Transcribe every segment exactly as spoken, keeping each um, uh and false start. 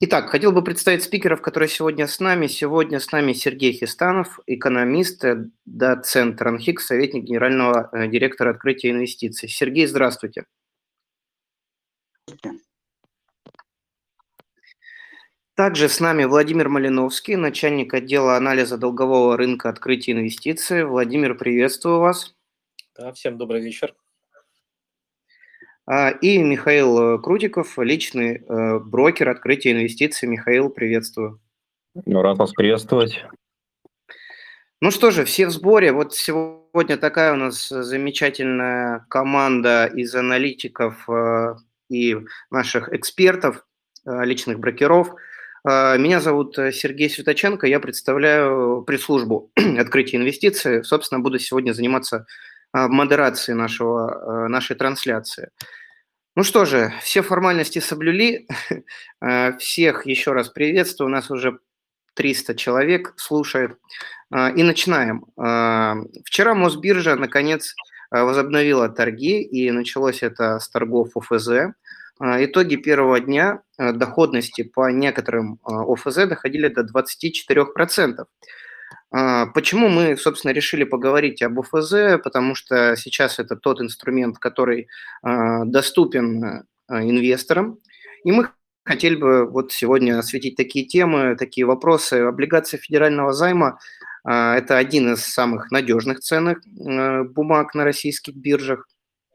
Итак, хотел бы представить спикеров, которые сегодня с нами. Сегодня с нами Сергей Хистанов, экономист, э, доцент РАНХИК, советник генерального э, директора открытия инвестиций. Сергей, здравствуйте. Также с нами Владимир Малиновский, начальник отдела анализа долгового рынка открытия инвестиций. Владимир, приветствую вас. Да, всем добрый вечер. А, И Михаил э, Крутиков, личный э, брокер открытия инвестиций. Михаил, приветствую. Ну, рад вас приветствовать. Ну что же, все в сборе. Вот сегодня такая у нас замечательная команда из аналитиков э, и наших экспертов, э, личных брокеров. Э, Меня зовут э, Сергей Светоченко, я представляю пресс-службу открытия инвестиций. Собственно, буду сегодня заниматься э, модерацией нашего, э, нашей трансляции. Ну что же, все формальности соблюли. Э, Всех еще раз приветствую. У нас уже триста человек слушает. А, И начинаем. А, Вчера Мосбиржа, наконец, а, возобновила торги, и началось это с торгов ОФЗ. А, Итоги первого дня а, доходности по некоторым а, ОФЗ доходили до двадцати четырёх процентов. А, Почему мы, собственно, решили поговорить об ОФЗ? Потому что сейчас это тот инструмент, который а, доступен а, инвесторам, и мы хотели бы вот сегодня осветить такие темы, такие вопросы. Облигации федерального займа а, – это один из самых надежных ценных э, бумаг на российских биржах.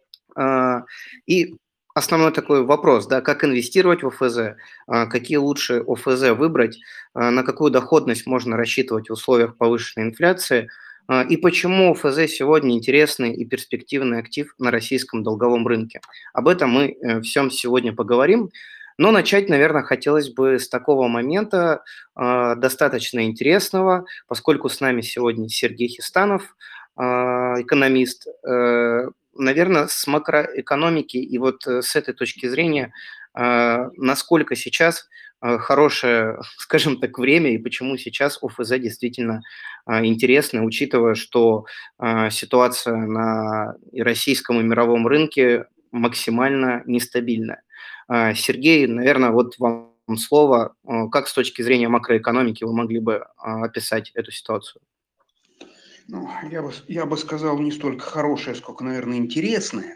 А, И основной такой вопрос, да, как инвестировать в ОФЗ, а, какие лучше ОФЗ выбрать, а, на какую доходность можно рассчитывать в условиях повышенной инфляции, а, и почему ОФЗ сегодня интересный и перспективный актив на российском долговом рынке. Об этом мы э, всем сегодня поговорим. Но начать, наверное, хотелось бы с такого момента, а, достаточно интересного, поскольку с нами сегодня Сергей Хистанов, а, экономист. Наверное, с макроэкономики и вот э, с этой точки зрения, а, насколько сейчас а, хорошее, скажем так, время и почему сейчас ОФЗ действительно а, интересно, учитывая, что а, ситуация на и российском и мировом рынке максимально нестабильная. А, Сергей, наверное, вот вам слово. А, Как с точки зрения макроэкономики вы могли бы а, описать эту ситуацию? Ну, я бы, я бы сказал, не столько хорошее, сколько, наверное, интересное.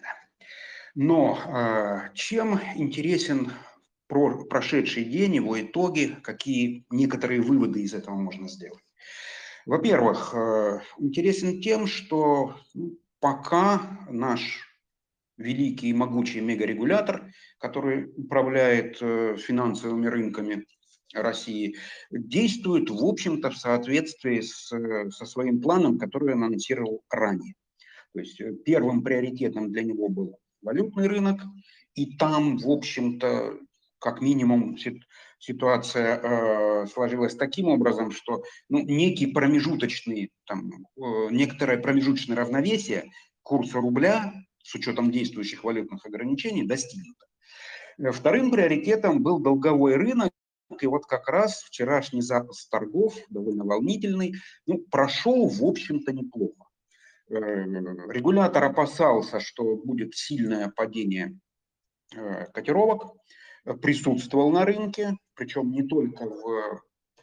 Но э, чем интересен про, прошедший день, его итоги, какие некоторые выводы из этого можно сделать? Во-первых, э, интересен тем, что ну, пока наш великий и могучий мегарегулятор, который управляет э, финансовыми рынками России, действует, в общем-то, в соответствии с, э, со своим планом, который он анонсировал ранее. То есть э, первым приоритетом для него был валютный рынок, и там, в общем-то, как минимум ситуация э, сложилась таким образом, что ну, некий промежуточный, там, э, некоторое промежуточное равновесие курса рубля с учетом действующих валютных ограничений достигнуто. Вторым приоритетом был долговой рынок, и вот как раз вчерашний запуск торгов, довольно волнительный, ну, прошел, в общем-то, неплохо. Регулятор опасался, что будет сильное падение котировок, присутствовал на рынке, причем не только в,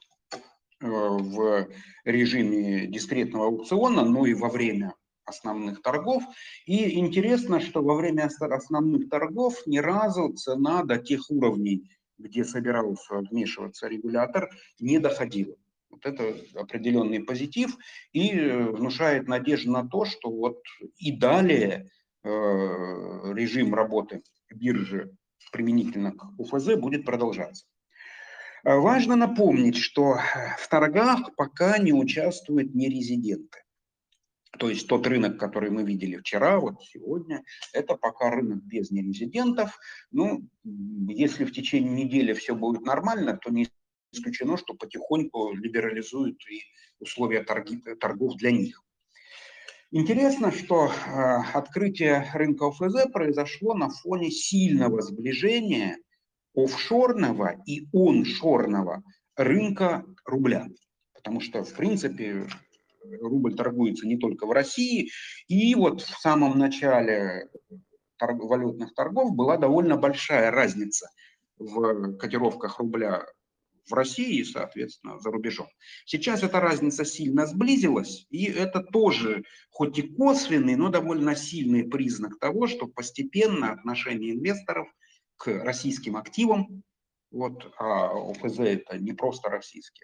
в режиме дискретного аукциона, но и во время основных торгов. И интересно, что во время основных торгов ни разу цена до тех уровней, где собирался вмешиваться регулятор, не доходила. Вот это определенный позитив и внушает надежду на то, что вот и далее э, режим работы биржи применительно к ОФЗ будет продолжаться. Важно напомнить, что в торгах пока не участвуют нерезиденты. То есть тот рынок, который мы видели вчера, вот сегодня, это пока рынок без нерезидентов. Ну, если в течение недели все будет нормально, то не исключено, что потихоньку либерализуют и условия торги, торгов для них. Интересно, что э, открытие рынка ОФЗ произошло на фоне сильного сближения офшорного и оншорного рынка рубля. Потому что, в принципе, рубль торгуется не только в России, и вот в самом начале торг, валютных торгов была довольно большая разница в котировках рубля в России и, соответственно, за рубежом. Сейчас эта разница сильно сблизилась, и это тоже, хоть и косвенный, но довольно сильный признак того, что постепенно отношение инвесторов к российским активам, вот, а ОФЗ это не просто российский,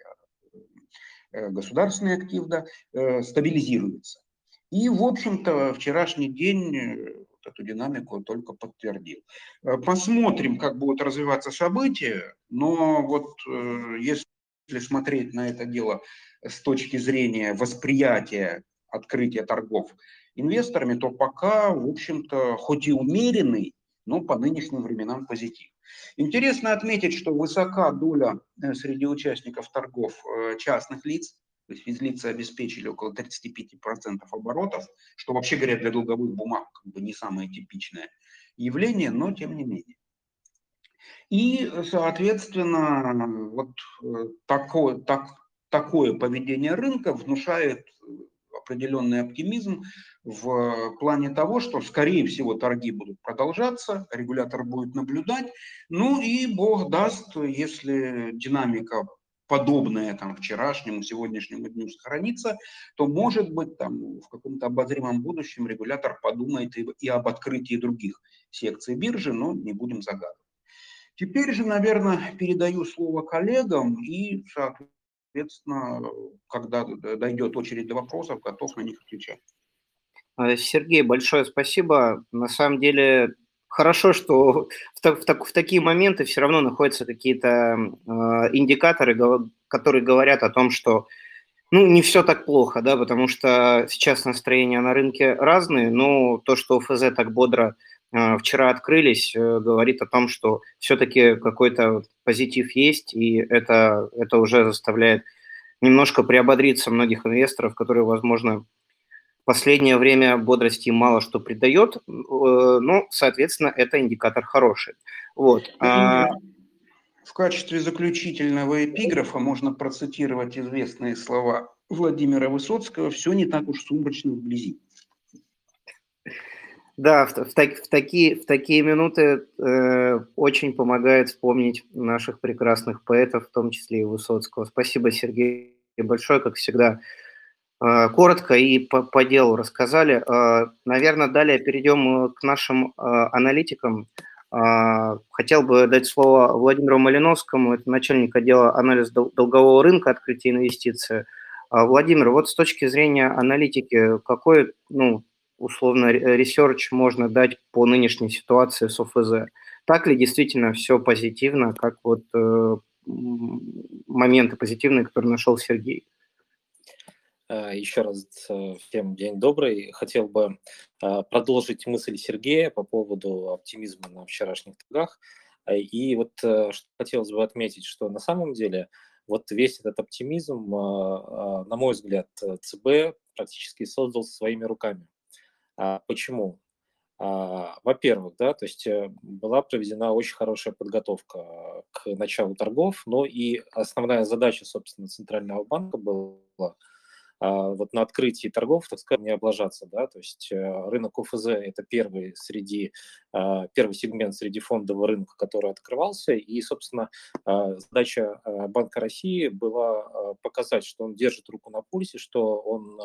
а государственный актив, да, стабилизируется. И, в общем-то, вчерашний день эту динамику только подтвердил. Посмотрим, как будут развиваться события, но вот если смотреть на это дело с точки зрения восприятия открытия торгов инвесторами, то пока, в общем-то, хоть и умеренный, но по нынешним временам позитив. Интересно отметить, что высока доля среди участников торгов частных лиц, то есть физлицы обеспечили около тридцать пять процентов оборотов, что вообще говоря для долговых бумаг как бы не самое типичное явление, но тем не менее. И, соответственно, вот такое, так, такое поведение рынка внушает определенный оптимизм в плане того, что, скорее всего, торги будут продолжаться, регулятор будет наблюдать, ну и бог даст, если динамика подобное там вчерашнему, сегодняшнему дню сохранится, то, может быть, там в каком-то обозримом будущем регулятор подумает и, и об открытии других секций биржи, но не будем загадывать. Теперь же, наверное, передаю слово коллегам и, соответственно, когда дойдет очередь до вопросов, готов на них отвечать. Сергей, большое спасибо. На самом деле хорошо, что в, так, в, так, в такие моменты все равно находятся какие-то э, индикаторы, которые говорят о том, что ну, не все так плохо, да, потому что сейчас настроения на рынке разные, но то, что ОФЗ так бодро э, вчера открылись, э, говорит о том, что все-таки какой-то позитив есть, и это, это уже заставляет немножко приободриться многих инвесторов, которые, возможно, последнее время бодрости мало что придает, ну, соответственно, это индикатор хороший. Вот. В качестве заключительного эпиграфа можно процитировать известные слова Владимира Высоцкого: «Все не так уж сумрачно вблизи». Да, в, в, так, в, такие, в такие минуты э, очень помогает вспомнить наших прекрасных поэтов, в том числе и Высоцкого. Спасибо, Сергей, большое, как всегда. Коротко и по, по делу рассказали. Наверное, далее перейдем к нашим аналитикам. Хотел бы дать слово Владимиру Малиновскому, это начальник отдела анализа долгового рынка, открытия инвестиций. Владимир, вот с точки зрения аналитики, какой, ну, условно, ресерч можно дать по нынешней ситуации с ОФЗ? Так ли действительно все позитивно, как вот моменты позитивные, которые нашел Сергей? Еще раз всем день добрый. Хотел бы продолжить мысль Сергея по поводу оптимизма на вчерашних торгах. И вот что хотелось бы отметить, что на самом деле вот весь этот оптимизм, на мой взгляд, ЦБ практически создал своими руками. Почему? Во-первых, да, то есть была проведена очень хорошая подготовка к началу торгов, но и основная задача, собственно, Центрального банка была вот на открытии торгов, так сказать, не облажаться, да, то есть рынок ОФЗ – это первый среди, первый сегмент среди фондового рынка, который открывался, и, собственно, задача Банка России была показать, что он держит руку на пульсе, что он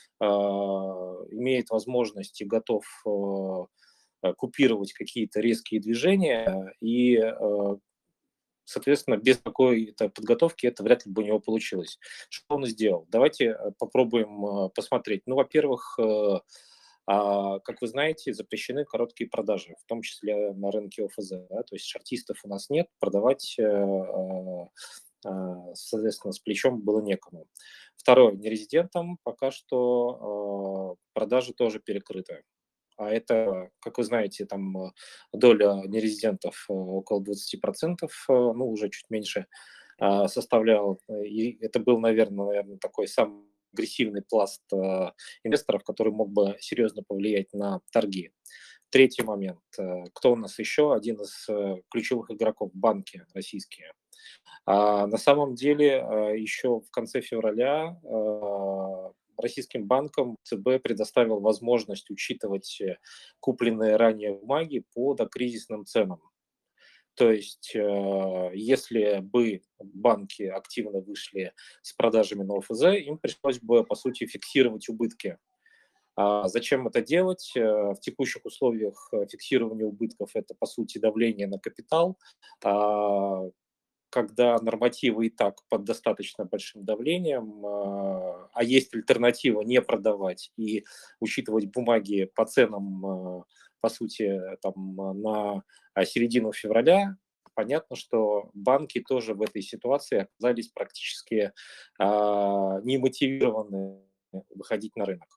имеет возможность и готов купировать какие-то резкие движения, и соответственно, без какой-то подготовки это вряд ли бы у него получилось. Что он сделал? Давайте попробуем посмотреть. Ну, во-первых, как вы знаете, запрещены короткие продажи, в том числе на рынке ОФЗ. Да? То есть шортистов у нас нет, продавать, соответственно, с плечом было некому. Второе, нерезидентам пока что продажи тоже перекрыты. А это, как вы знаете, там доля нерезидентов около двадцать процентов, ну, уже чуть меньше составлял. И это был, наверное, наверное, такой самый агрессивный пласт инвесторов, который мог бы серьезно повлиять на торги. Третий момент. Кто у нас еще? Один из ключевых игроков – банки российские. А на самом деле еще в конце февраля российским банкам ЦБ предоставил возможность учитывать купленные ранее бумаги по докризисным ценам. То есть, э, если бы банки активно вышли с продажами на ОФЗ, им пришлось бы, по сути, фиксировать убытки. А зачем это делать? Э, В текущих условиях э, фиксирования убытков это, по сути, давление на капитал. А, Когда нормативы и так под достаточно большим давлением, а а есть альтернатива не продавать и учитывать бумаги по ценам, а, по сути, там, а, на а, середину февраля, понятно, что банки тоже в этой ситуации оказались практически а, не мотивированы выходить на рынок.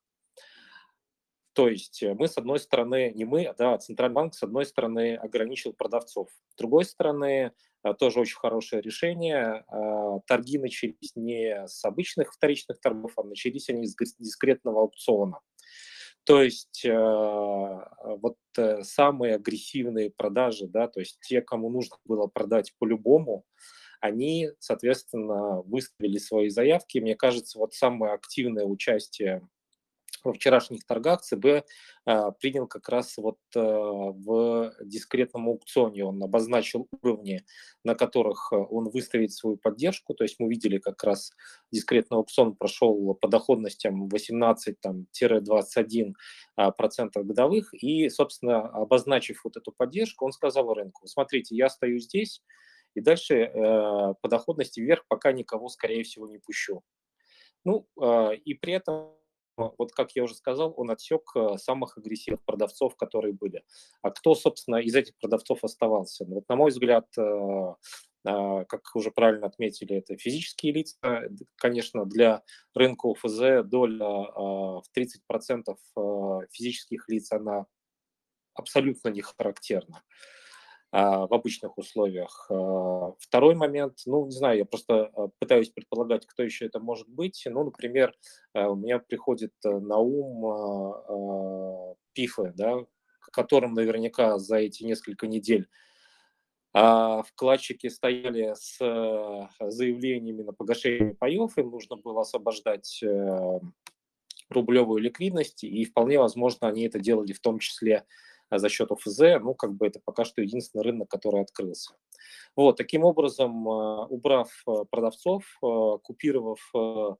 То есть э, мы, с одной стороны, не мы, а да, Центральный банк, с одной стороны, ограничил продавцов. С другой стороны, э, тоже очень хорошее решение. а, Торги начались не с обычных вторичных торгов, а начались они с гис- дискретного аукциона. То есть э, вот э, самые агрессивные продажи, да, то есть те, кому нужно было продать по-любому, они, соответственно, выставили свои заявки. Мне кажется, вот самое активное участие во вчерашних торгах ЦБ а, принял как раз вот а, в дискретном аукционе. Он обозначил уровни, на которых а, он выставит свою поддержку. То есть мы видели как раз дискретный аукцион прошел по доходностям восемнадцать-двадцать один а, процентов годовых. И, собственно, обозначив вот эту поддержку, он сказал рынку: смотрите, я стою здесь, и дальше э, по доходности вверх пока никого, скорее всего, не пущу. Ну, а, и при этом, а, вот как я уже сказал, он отсек а, самых агрессивных продавцов, которые были. А кто, собственно, из этих продавцов оставался? Ну, вот, на мой взгляд, а, а, как уже правильно отметили, это физические лица. Д- Конечно, для рынка ОФЗ доля а, в тридцать процентов а, физических лиц, она абсолютно не характерна а, в обычных условиях. А, Второй момент, ну, не знаю, я просто а, пытаюсь предполагать, кто еще это может быть. Ну, например, а, у меня приходит э, на ум а, а, пифы, да, к которым наверняка за эти несколько недель а, вкладчики стояли с э, заявлениями на погашение паев, им нужно было освобождать э, рублевую ликвидность, и вполне возможно, они это делали в том числе а, за счет ОФЗ, ну, как бы это пока что единственный рынок, который открылся. Вот, таким образом, а, убрав а, продавцов, а, купировав а,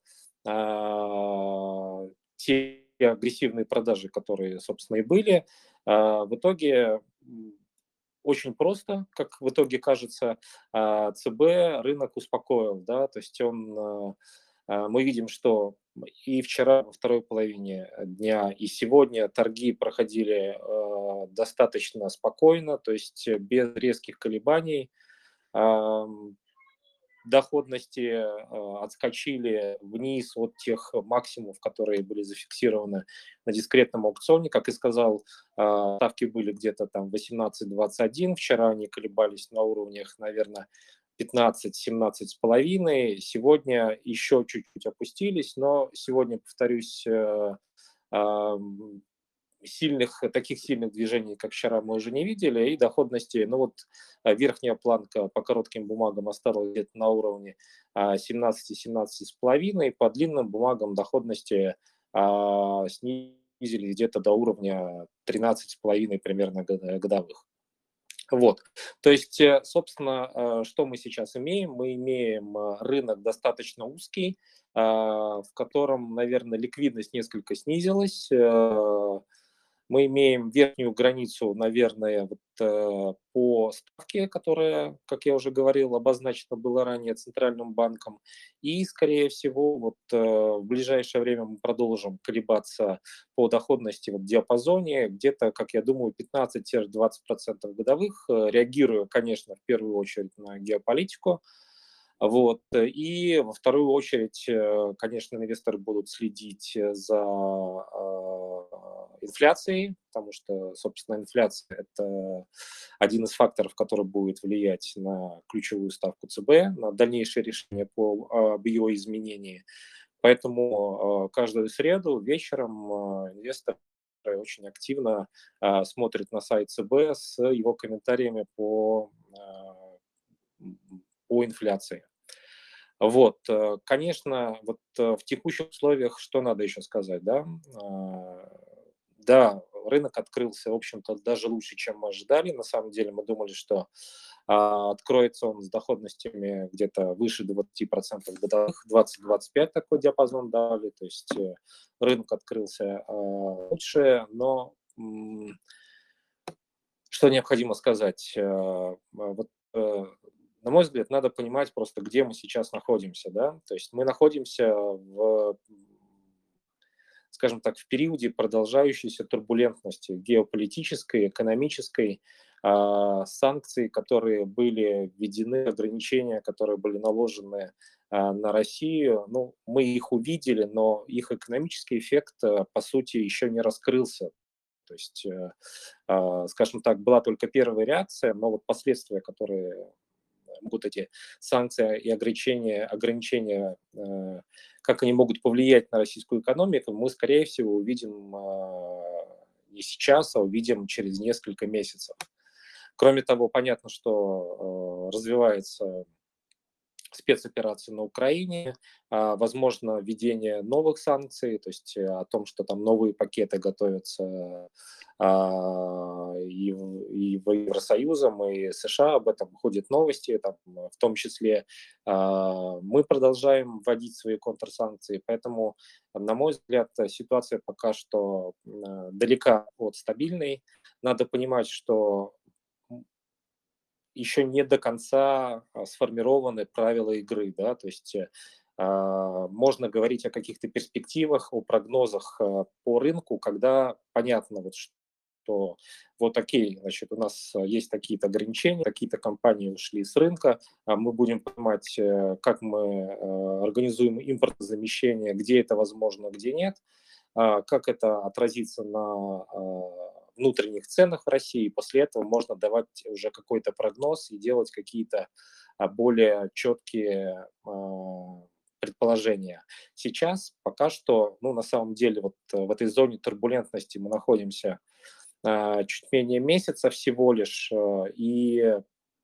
а, те агрессивные продажи, которые, собственно, и были, а, в итоге м, очень просто, как в итоге кажется, а, ЦБ рынок успокоил, да, то есть он, а, а, мы видим, что и вчера во второй половине дня, и сегодня торги проходили э, достаточно спокойно, то есть э, без резких колебаний. Ам, Доходности э, отскочили вниз от тех максимумов, которые были зафиксированы на дискретном аукционе. Как и сказал, э, ставки были где-то там восемнадцать двадцать один. Вчера они колебались на уровнях, наверное, пятнадцать семнадцать с половиной. Сегодня еще чуть-чуть опустились, но сегодня, повторюсь, э, ам, сильных, таких сильных движений, как вчера, мы уже не видели, и доходности, ну вот а, верхняя планка по коротким бумагам осталась где-то на уровне а, семнадцать семнадцать с половиной, по длинным бумагам доходности а, снизили где-то до уровня тринадцать с половиной примерно года- годовых. Вот, то есть, э, собственно, э, что мы сейчас имеем? Мы имеем э, рынок достаточно узкий, а, в котором, наверное, ликвидность несколько снизилась. э, Мы имеем верхнюю границу, наверное, вот, э, по ставке, которая, как я уже говорил, обозначена была ранее Центральным банком. И, скорее всего, вот, э, в ближайшее время мы продолжим колебаться по доходности в диапазоне где-то, как я думаю, пятнадцать-двадцать процентов годовых, э, реагируя, конечно, в первую очередь на геополитику. Вот. И во вторую очередь, э, конечно, инвесторы будут следить э, за а, инфляцией, потому что, собственно, инфляция – это один из факторов, который будет влиять на ключевую ставку ЦБ, на дальнейшее решение по а, об ее изменении. Поэтому э, каждую среду вечером э, инвесторы очень активно э, смотрят на сайт ЦБ с его комментариями по, э, по инфляции. Вот, э, конечно, вот э, в текущих условиях что надо еще сказать, да? А, Да, рынок открылся, в общем-то, даже лучше, чем мы ожидали. На самом деле мы думали, что Откроется он с доходностями где-то выше двадцати процентов годовых, двадцать-двадцать пять такой диапазон дали, то есть рынок открылся лучше, но что необходимо сказать? Вот, на мой взгляд, надо понимать просто, где мы сейчас находимся, да, то есть мы находимся в, скажем так, в периоде продолжающейся турбулентности геополитической, экономической, санкции, которые были введены, ограничения, которые были наложены на Россию, ну, мы их увидели, но их экономический эффект, по сути, еще не раскрылся. То есть, скажем так, была только первая реакция, но вот последствия, которые могут эти санкции и ограничения, ограничения, как они могут повлиять на российскую экономику, мы, скорее всего, увидим не сейчас, а увидим через несколько месяцев. Кроме того, понятно, что развивается спецоперации на Украине, возможно, введение новых санкций, то есть о том, что там новые пакеты готовятся и, и Евросоюзом, и США, об этом ходят новости, там, в том числе мы продолжаем вводить свои контрсанкции, поэтому, на мой взгляд, ситуация пока что далека от стабильной. Надо понимать, что еще не до конца сформированы правила игры, да, то есть э, можно говорить о каких-то перспективах, о прогнозах э, по рынку, когда понятно, вот, что вот окей, значит, у нас есть какие-то ограничения, какие-то компании ушли с рынка, а мы будем понимать, э, как мы э, организуем импортозамещение, где это возможно, где нет, э, как это отразится на э, внутренних ценах в России, после этого можно давать уже какой-то прогноз и делать какие-то более четкие предположения. Сейчас пока что, ну, на самом деле, вот в этой зоне турбулентности мы находимся чуть менее месяца всего лишь, и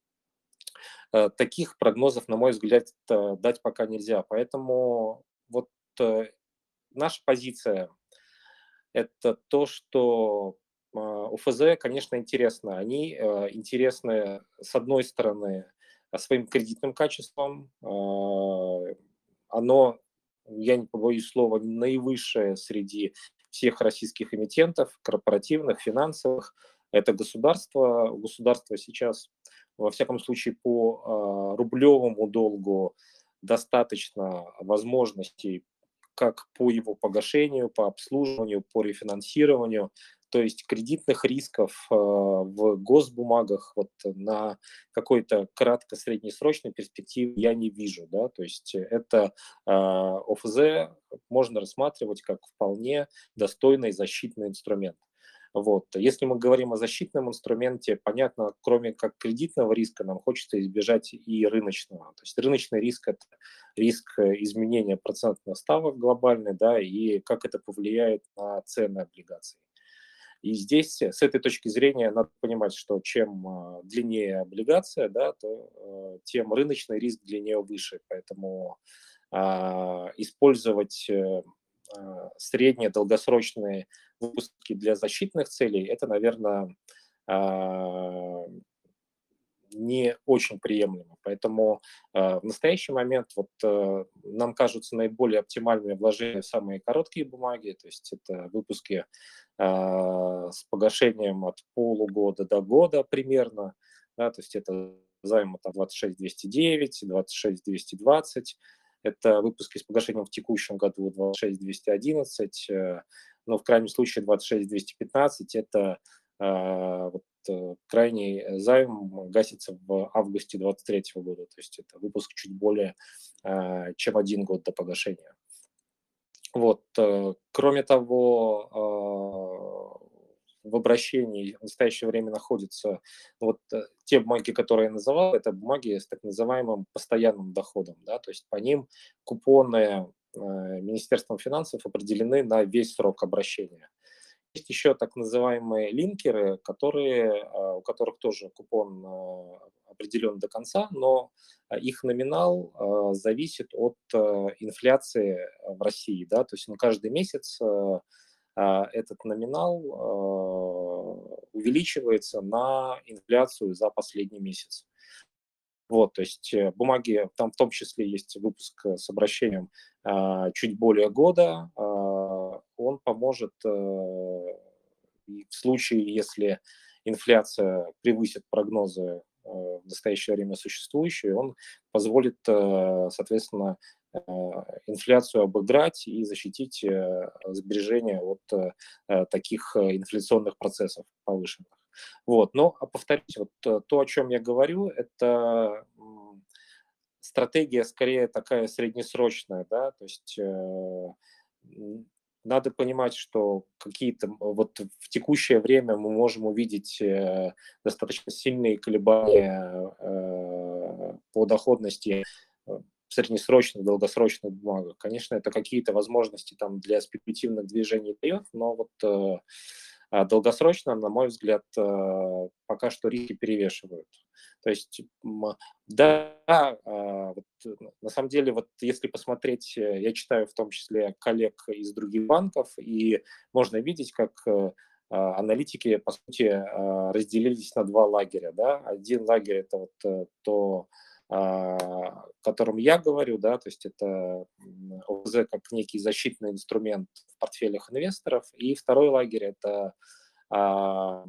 таких прогнозов, на мой взгляд, дать пока нельзя. Поэтому вот наша позиция – это то, что ОФЗ, конечно, интересно. Они интересны, с одной стороны, своим кредитным качеством. Оно, я не побоюсь слова, наивысшее среди всех российских эмитентов, корпоративных, финансовых. Это государство. У государства сейчас, во всяком случае, по рублевому долгу достаточно возможностей как по его погашению, по обслуживанию, по рефинансированию. То есть кредитных рисков э, в госбумагах вот на какой-то кратко-среднесрочной перспективе я не вижу. Да? То есть это э, ОФЗ можно рассматривать как вполне достойный защитный инструмент. Вот. Если мы говорим о защитном инструменте, понятно, кроме как кредитного риска, нам хочется избежать и рыночного. То есть рыночный риск – это риск изменения процентных ставок глобальный, да, и как это повлияет на цены облигаций. И здесь с этой точки зрения надо понимать, что чем длиннее облигация, да, то тем рыночный риск для нее выше. Поэтому а, использовать средние, долгосрочные выпуски для защитных целей, это, наверное, не очень приемлемо. Поэтому в настоящий момент вот нам кажутся наиболее оптимальными вложения в самые короткие бумаги, то есть это выпуски с погашением от полугода до года примерно, да, то есть это займы там двадцать шесть двести девять, двадцать шесть двести двадцать, это выпуски с погашением в текущем году двадцать шесть двести одиннадцать, но в крайнем случае двадцать шесть двести пятнадцать это вот, крайний займ гасится в августе двадцать третьего года, то есть это выпуск чуть более чем один год до погашения. Вот. Кроме того, в обращении в настоящее время находятся вот те бумаги, которые я называл, это бумаги с так называемым постоянным доходом, да, то есть по ним купоны Министерством финансов определены на весь срок обращения. Есть еще так называемые линкеры, которые, у которых тоже купон определен до конца, но их номинал зависит от инфляции в России. Да? То есть на каждый месяц этот номинал увеличивается на инфляцию за последний месяц. Вот, то есть бумаги, там в том числе есть выпуск с обращением чуть более года, он поможет в случае, если инфляция превысит прогнозы в настоящее время существующие, он позволит, соответственно, инфляцию обыграть и защитить сбережения от таких инфляционных процессов повышенных. Вот. Но, повторюсь, вот то, о чем я говорю, это стратегия скорее такая среднесрочная, да, то есть надо понимать, что какие-то вот в текущее время мы можем увидеть достаточно сильные колебания по доходности в среднесрочных, долгосрочных бумагах. Конечно, это какие-то возможности там для спекулятивных движений дает, но вот долгосрочно, на мой взгляд, пока что риски перевешивают. То есть, да, вот, на самом деле, вот если посмотреть, я читаю в том числе коллег из других банков, и можно видеть, как аналитики, по сути, разделились на два лагеря. Да? Один лагерь – это вот то, о котором я говорю, да, то есть это ОФЗ как некий защитный инструмент в портфелях инвесторов, и второй лагерь – это а,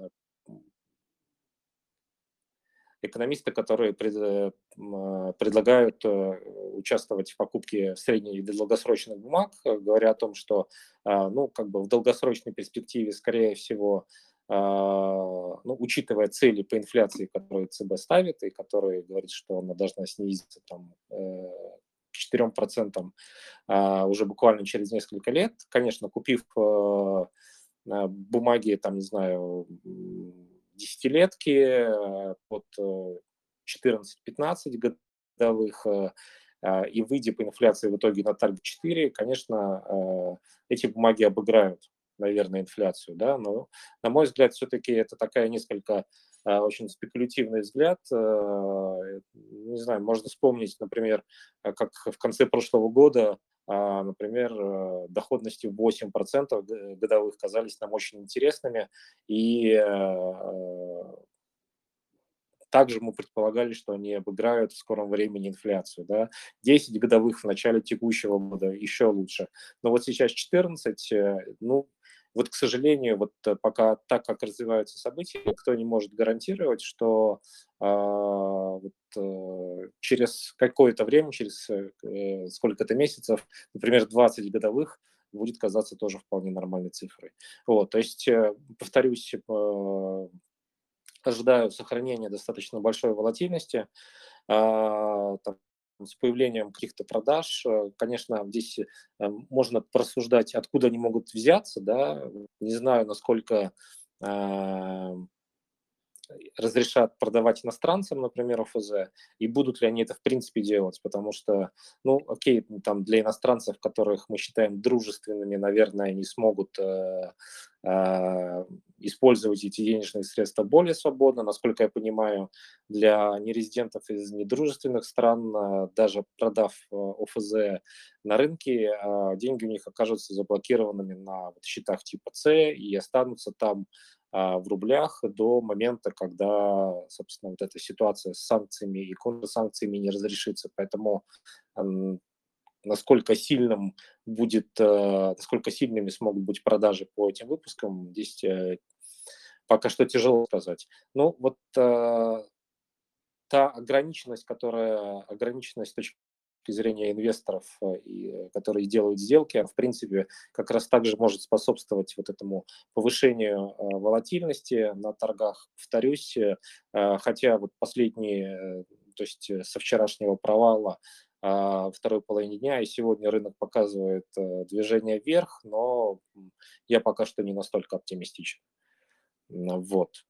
экономисты, которые пред, предлагают участвовать в покупке средних и долгосрочных бумаг, говоря о том, что ну, как бы в долгосрочной перспективе, скорее всего, ну, учитывая цели по инфляции, которые ЦБ ставит, и которые говорит, что она должна снизиться там, к четырем процентам уже буквально через несколько лет, конечно, купив бумаги, там, не знаю, десятилетки под четырнадцать-пятнадцать годовых, и выйдя по инфляции в итоге на таргет четыре, конечно, эти бумаги обыграют, наверное, инфляцию, да, но, на мой взгляд, все-таки это такая несколько очень спекулятивный взгляд. Не знаю, можно вспомнить, например, как в конце прошлого года, например, доходности восемь процентов годовых казались нам очень интересными, и также мы предполагали, что они обыграют в скором времени инфляцию. Да? десять годовых в начале текущего года еще лучше. Но вот сейчас четырнадцать, ну, вот, к сожалению, вот пока так, как развиваются события, никто не может гарантировать, что э, вот, э, через какое-то время, через э, сколько-то месяцев, например, двадцать годовых будет казаться тоже вполне нормальной цифрой. Вот, то есть, э, повторюсь, э, ожидаю сохранения достаточно большой волатильности. Там, с появлением каких-то продаж, конечно, здесь можно просуждать, откуда они могут взяться, да, не знаю, насколько разрешат продавать иностранцам, например, ОФЗ, и будут ли они это в принципе делать, потому что, ну, окей, там для иностранцев, которых мы считаем дружественными, наверное, они смогут э, э, использовать эти денежные средства более свободно. Насколько я понимаю, для нерезидентов из недружественных стран, э, даже продав э, ОФЗ на рынке, э, деньги у них окажутся заблокированными на вот, счетах типа С и останутся там в рублях до момента, когда, собственно, вот эта ситуация с санкциями и контрсанкциями не разрешится. Поэтому насколько сильным будет, насколько сильными смогут быть продажи по этим выпускам, здесь пока что тяжело сказать. Ну, вот та ограниченность, которая, ограниченность с точки зрения инвесторов, и, которые делают сделки, в принципе, как раз также может способствовать вот этому повышению волатильности на торгах. Повторюсь, хотя вот последние, то есть со вчерашнего провала второй половине дня и сегодня рынок показывает движение вверх, но я пока что не настолько оптимистичен. Вот.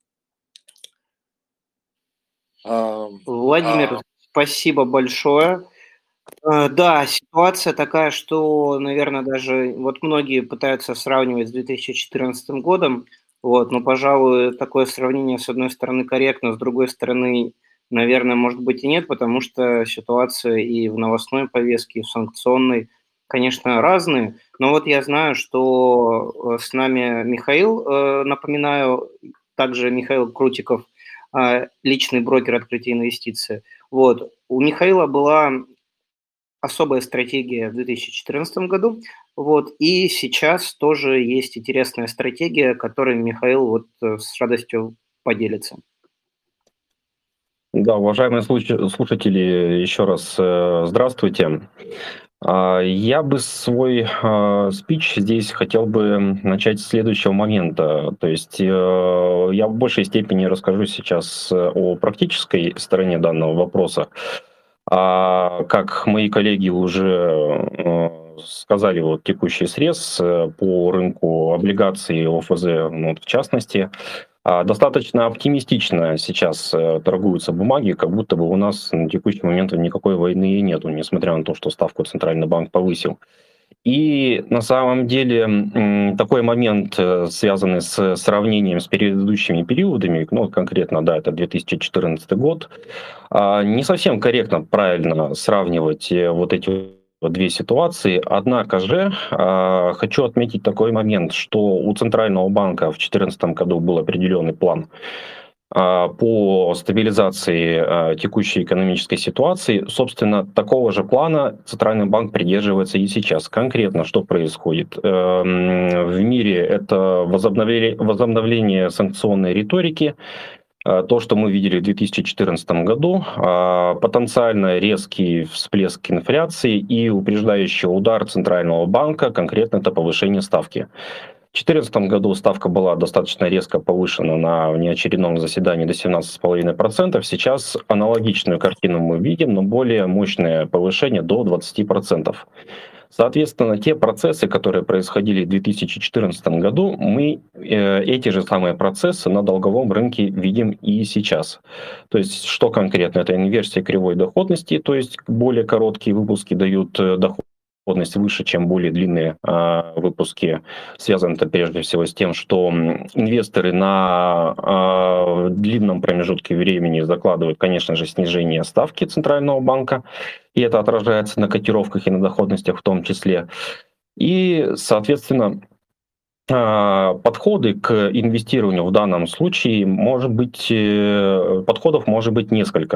Владимир, спасибо большое. Да, ситуация такая, что, наверное, даже вот многие пытаются сравнивать с две тысячи четырнадцатым годом, вот, но, пожалуй, такое сравнение, с одной стороны, корректно, с другой стороны, наверное, может быть и нет, потому что ситуация и в новостной повестке, и в санкционной, конечно, разные. Но вот я знаю, что с нами Михаил, напоминаю, также Михаил Крутиков, а, личный брокер открытия инвестиций. Вот. У Михаила была особая стратегия в две тысячи четырнадцатом году, вот, и сейчас тоже есть интересная стратегия, которой Михаил вот э, с радостью поделится. Да, уважаемые случ- слушатели, еще раз э, здравствуйте. А, Я бы свой а, спич здесь хотел бы начать с следующего момента. То есть э, я в большей степени расскажу сейчас э, о практической стороне данного вопроса. А как мои коллеги уже э, сказали, вот текущий срез э, по рынку облигаций ОФЗ, ну, вот в частности, а, достаточно оптимистично сейчас э, торгуются бумаги, как будто бы у нас на текущий момент никакой войны и нету, несмотря на то, что ставку Центральный банк повысил. И на самом деле м, такой момент, э, связанный с сравнением с предыдущими периодами, ну конкретно, да, это две тысячи четырнадцатый год, а, не совсем корректно, правильно сравнивать э, вот эти вот две ситуации. Однако же а, хочу отметить такой момент, что у Центрального банка в две тысячи четырнадцатом году был определенный план а, по стабилизации а, текущей экономической ситуации. Собственно, такого же плана Центральный банк придерживается и сейчас. Конкретно что происходит? Эм, В мире это возобновление, возобновление санкционной риторики, а, то, что мы видели в две тысячи четырнадцатом году, а, потенциально резкий всплеск инфляции и упреждающий удар Центрального банка, конкретно это повышение ставки. В две тысячи четырнадцатом году ставка была достаточно резко повышена на внеочередном заседании до семнадцати целых пяти десятых процента. Сейчас аналогичную картину мы видим, но более мощное повышение до двадцати процентов. Соответственно, те процессы, которые происходили в две тысячи четырнадцатом году, мы э, эти же самые процессы на долговом рынке видим и сейчас. То есть, что конкретно? Это инверсия кривой доходности, то есть более короткие выпуски дают э, доходность выше, чем более длинные э, выпуски. Связано это прежде всего с тем, что инвесторы на э, длинном промежутке времени закладывают, конечно же, снижение ставки Центрального банка, и это отражается на котировках и на доходностях в том числе. И, соответственно, э, подходы к инвестированию в данном случае может быть, э, подходов может быть несколько.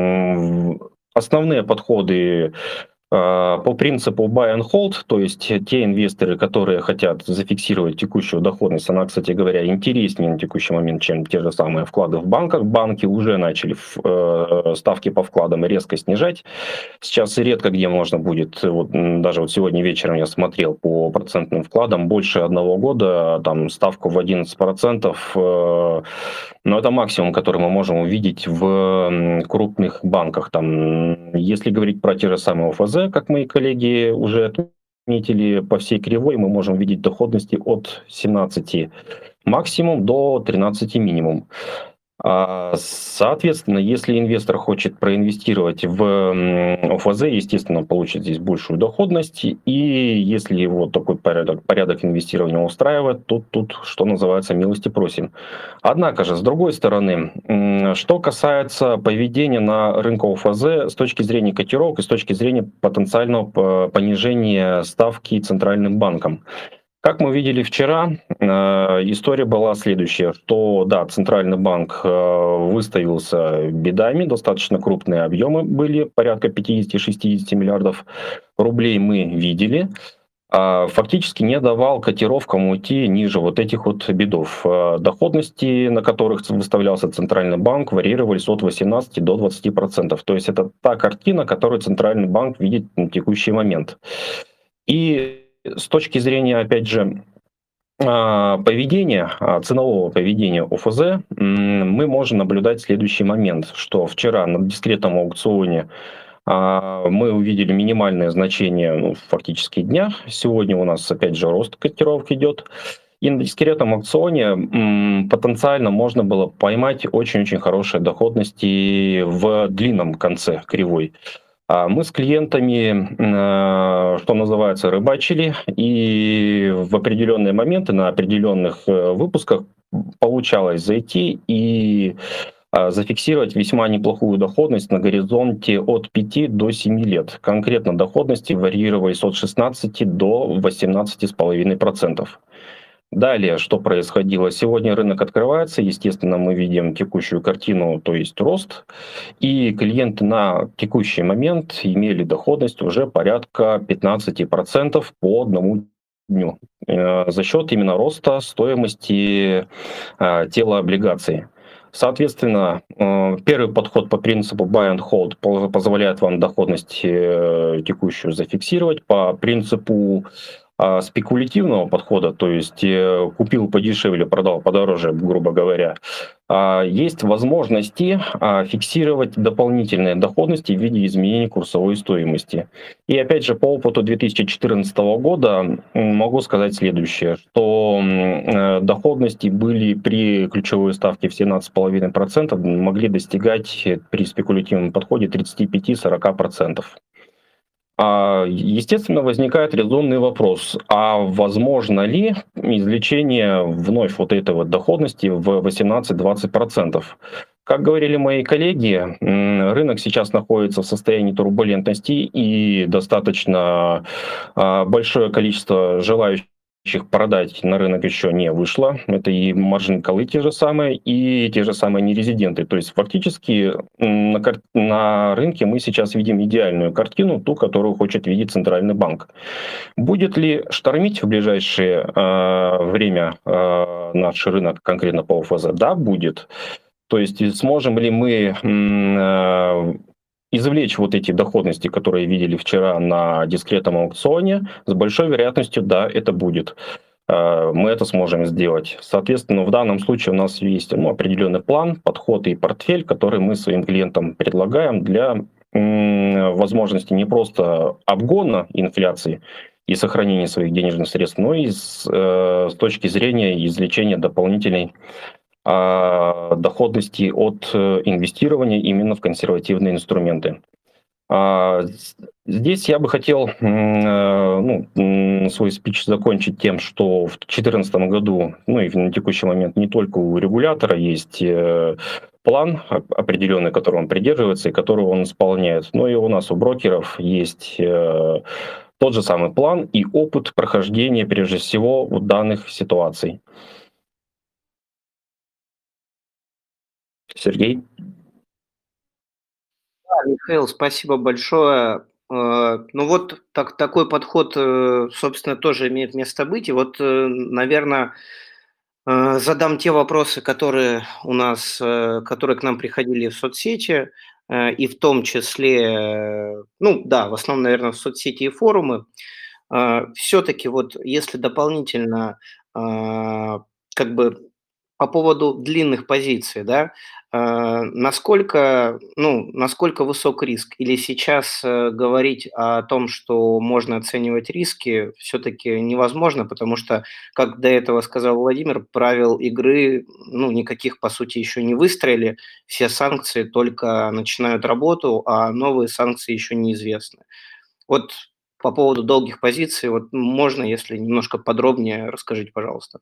Основные подходы по принципу buy and hold, то есть те инвесторы, которые хотят зафиксировать текущую доходность, она, кстати говоря, интереснее на текущий момент, чем те же самые вклады в банках. Банки уже начали ставки по вкладам резко снижать. Сейчас редко где можно будет, вот, даже вот сегодня вечером я смотрел по процентным вкладам, больше одного года, там ставку в одиннадцать процентов, но это максимум, который мы можем увидеть в крупных банках. Там, если говорить про те же самые ОФЗ, как мои коллеги уже отметили, по всей кривой мы можем видеть доходности от семнадцати максимум до тринадцати минимум. Соответственно, если инвестор хочет проинвестировать в ОФЗ, естественно, получит здесь большую доходность. И если его такой порядок, порядок инвестирования устраивает, то тут, что называется, милости просим. Однако же, с другой стороны, что касается поведения на рынке ОФЗ с точки зрения котировок и с точки зрения потенциального понижения ставки Центральным банком. Как мы видели вчера, история была следующая, что да, Центральный банк выставился бедами, достаточно крупные объемы были, порядка пятьдесят-шестьдесят миллиардов рублей мы видели, фактически не давал котировкам уйти ниже вот этих вот бедов. Доходности, на которых выставлялся Центральный банк, варьировались от восемнадцати до двадцати процентов. То есть это та картина, которую Центральный банк видит на текущий момент. И с точки зрения, опять же, поведения, ценового поведения ОФЗ, мы можем наблюдать следующий момент, что вчера на дискретном аукционе мы увидели минимальное значение, ну, фактически дня. Сегодня у нас, опять же, рост котировок идет. И на дискретном аукционе потенциально можно было поймать очень-очень хорошие доходности в длинном конце кривой. Мы с клиентами, что называется, рыбачили, и в определенные моменты на определенных выпусках получалось зайти и зафиксировать весьма неплохую доходность на горизонте от пяти до семи лет. Конкретно доходности варьировались от шестнадцати до восемнадцати целых пяти десятых процента. Далее, что происходило? Сегодня рынок открывается, естественно, мы видим текущую картину, то есть рост, и клиенты на текущий момент имели доходность уже порядка пятнадцать процентов по одному дню э, за счет именно роста стоимости э, тела облигаций. Соответственно, э, первый подход по принципу buy and hold по- позволяет вам доходность э, текущую зафиксировать. По принципу а, спекулятивного подхода, то есть э, купил подешевле, продал подороже, грубо говоря, а, есть возможности а, фиксировать дополнительные доходности в виде изменений курсовой стоимости. И опять же, по опыту две тысячи четырнадцатого года м, могу сказать следующее, что м, э, доходности были при ключевой ставке в семнадцать целых пять десятых процента, могли достигать э, при спекулятивном подходе тридцать пять - сорок процентов. А, Естественно, возникает резонный вопрос, а возможно ли извлечение вновь вот этой вот доходности в восемнадцать - двадцать процентов? Как говорили мои коллеги, м, рынок сейчас находится в состоянии турбулентности и достаточно а, большое количество желающих продать на рынок еще не вышло. Это и маржин-коллы те же самые, и те же самые нерезиденты. То есть фактически м, на, кар- на рынке мы сейчас видим идеальную картину, ту, которую хочет видеть Центральный банк. Будет ли штормить в ближайшее э, время э, наш рынок, конкретно по ОФЗ? Да, будет. То есть и сможем ли мы м, э, извлечь вот эти доходности, которые видели вчера на дискретном аукционе? С большой вероятностью, да, это будет. Э, Мы это сможем сделать. Соответственно, в данном случае у нас есть ну, определенный план, подход и портфель, который мы своим клиентам предлагаем для м, возможности не просто обгона инфляции и сохранения своих денежных средств, но и с, э, с точки зрения извлечения дополнительной а, доходности от э, инвестирования именно в консервативные инструменты. А, с- Здесь я бы хотел м, э, ну, м, свой спич закончить тем, что в две тысячи четырнадцатом году, ну и на текущий момент не только у регулятора есть э, план оп- определенный, которого он придерживается и которого он исполняет, но и у нас у брокеров есть э, тот же самый план и опыт прохождения, прежде всего, вот данных ситуаций. Сергей? Да, Михаил, спасибо большое. Э, Ну вот так, такой подход, э, собственно, тоже имеет место быть. И вот, наверное, задам те вопросы, которые у нас, э, которые к нам приходили в соцсети, э, и в том числе, э, ну да, в основном, наверное, в соцсети и форумы. Все-таки вот если дополнительно а, как бы по поводу длинных позиций, да, а, насколько, ну, насколько высок риск? Или сейчас э, говорить о том, что можно оценивать риски, все-таки невозможно, потому что, как до этого сказал Владимир, правил игры, ну, никаких, по сути, еще не выстроили, все санкции только начинают работу, а новые санкции еще неизвестны. Вот по поводу долгих позиций, вот можно, если немножко подробнее, расскажите, пожалуйста.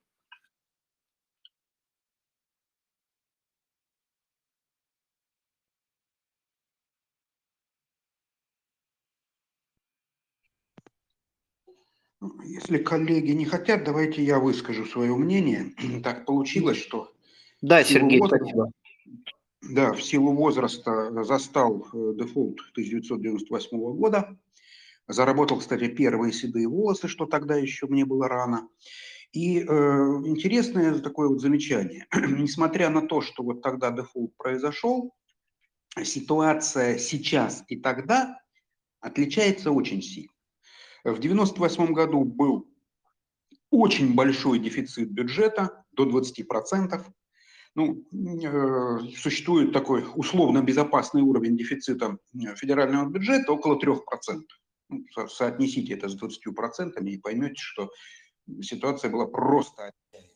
Ну, если коллеги не хотят, давайте я выскажу свое мнение. Так получилось, что в Да, силу Сергей, возраста, спасибо. да, в силу возраста застал э, дефолт тысяча девятьсот девяносто восьмого года. Заработал, кстати, первые седые волосы, что тогда еще мне было рано. И э, интересное такое вот замечание. Несмотря на то, что вот тогда дефолт произошел, ситуация сейчас и тогда отличается очень сильно. В девяносто восьмом году был очень большой дефицит бюджета, до двадцати процентов. Ну, э, существует такой условно безопасный уровень дефицита федерального бюджета около трёх процентов. Ну, со- соотнесите это с двадцатью процентами и поймете, что ситуация была просто,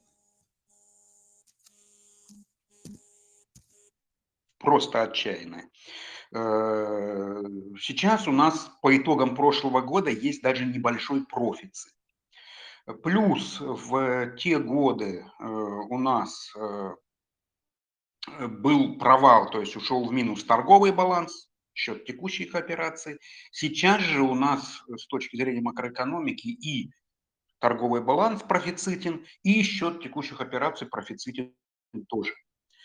просто отчаянная. Э, Сейчас у нас по итогам прошлого года есть даже небольшой профицит. Плюс в те годы э, у нас э, был провал, то есть ушел в минус торговый баланс, счет текущих операций. Сейчас же у нас с точки зрения макроэкономики и торговый баланс профицитен, и счет текущих операций профицитен тоже.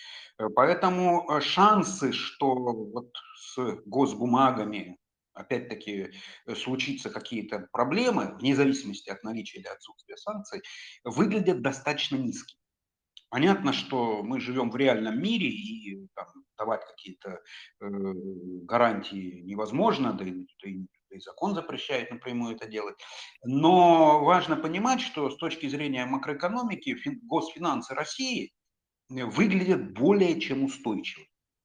Поэтому шансы, что вот с госбумагами опять-таки случится какие-то проблемы, вне зависимости от наличия или отсутствия санкций, выглядят достаточно низкими. Понятно, что мы живем в реальном мире, и там, давать какие-то э, гарантии невозможно, да и, да, и, да и закон запрещает напрямую это делать. Но важно понимать, что с точки зрения макроэкономики фин, госфинансы России выглядят более чем устойчиво.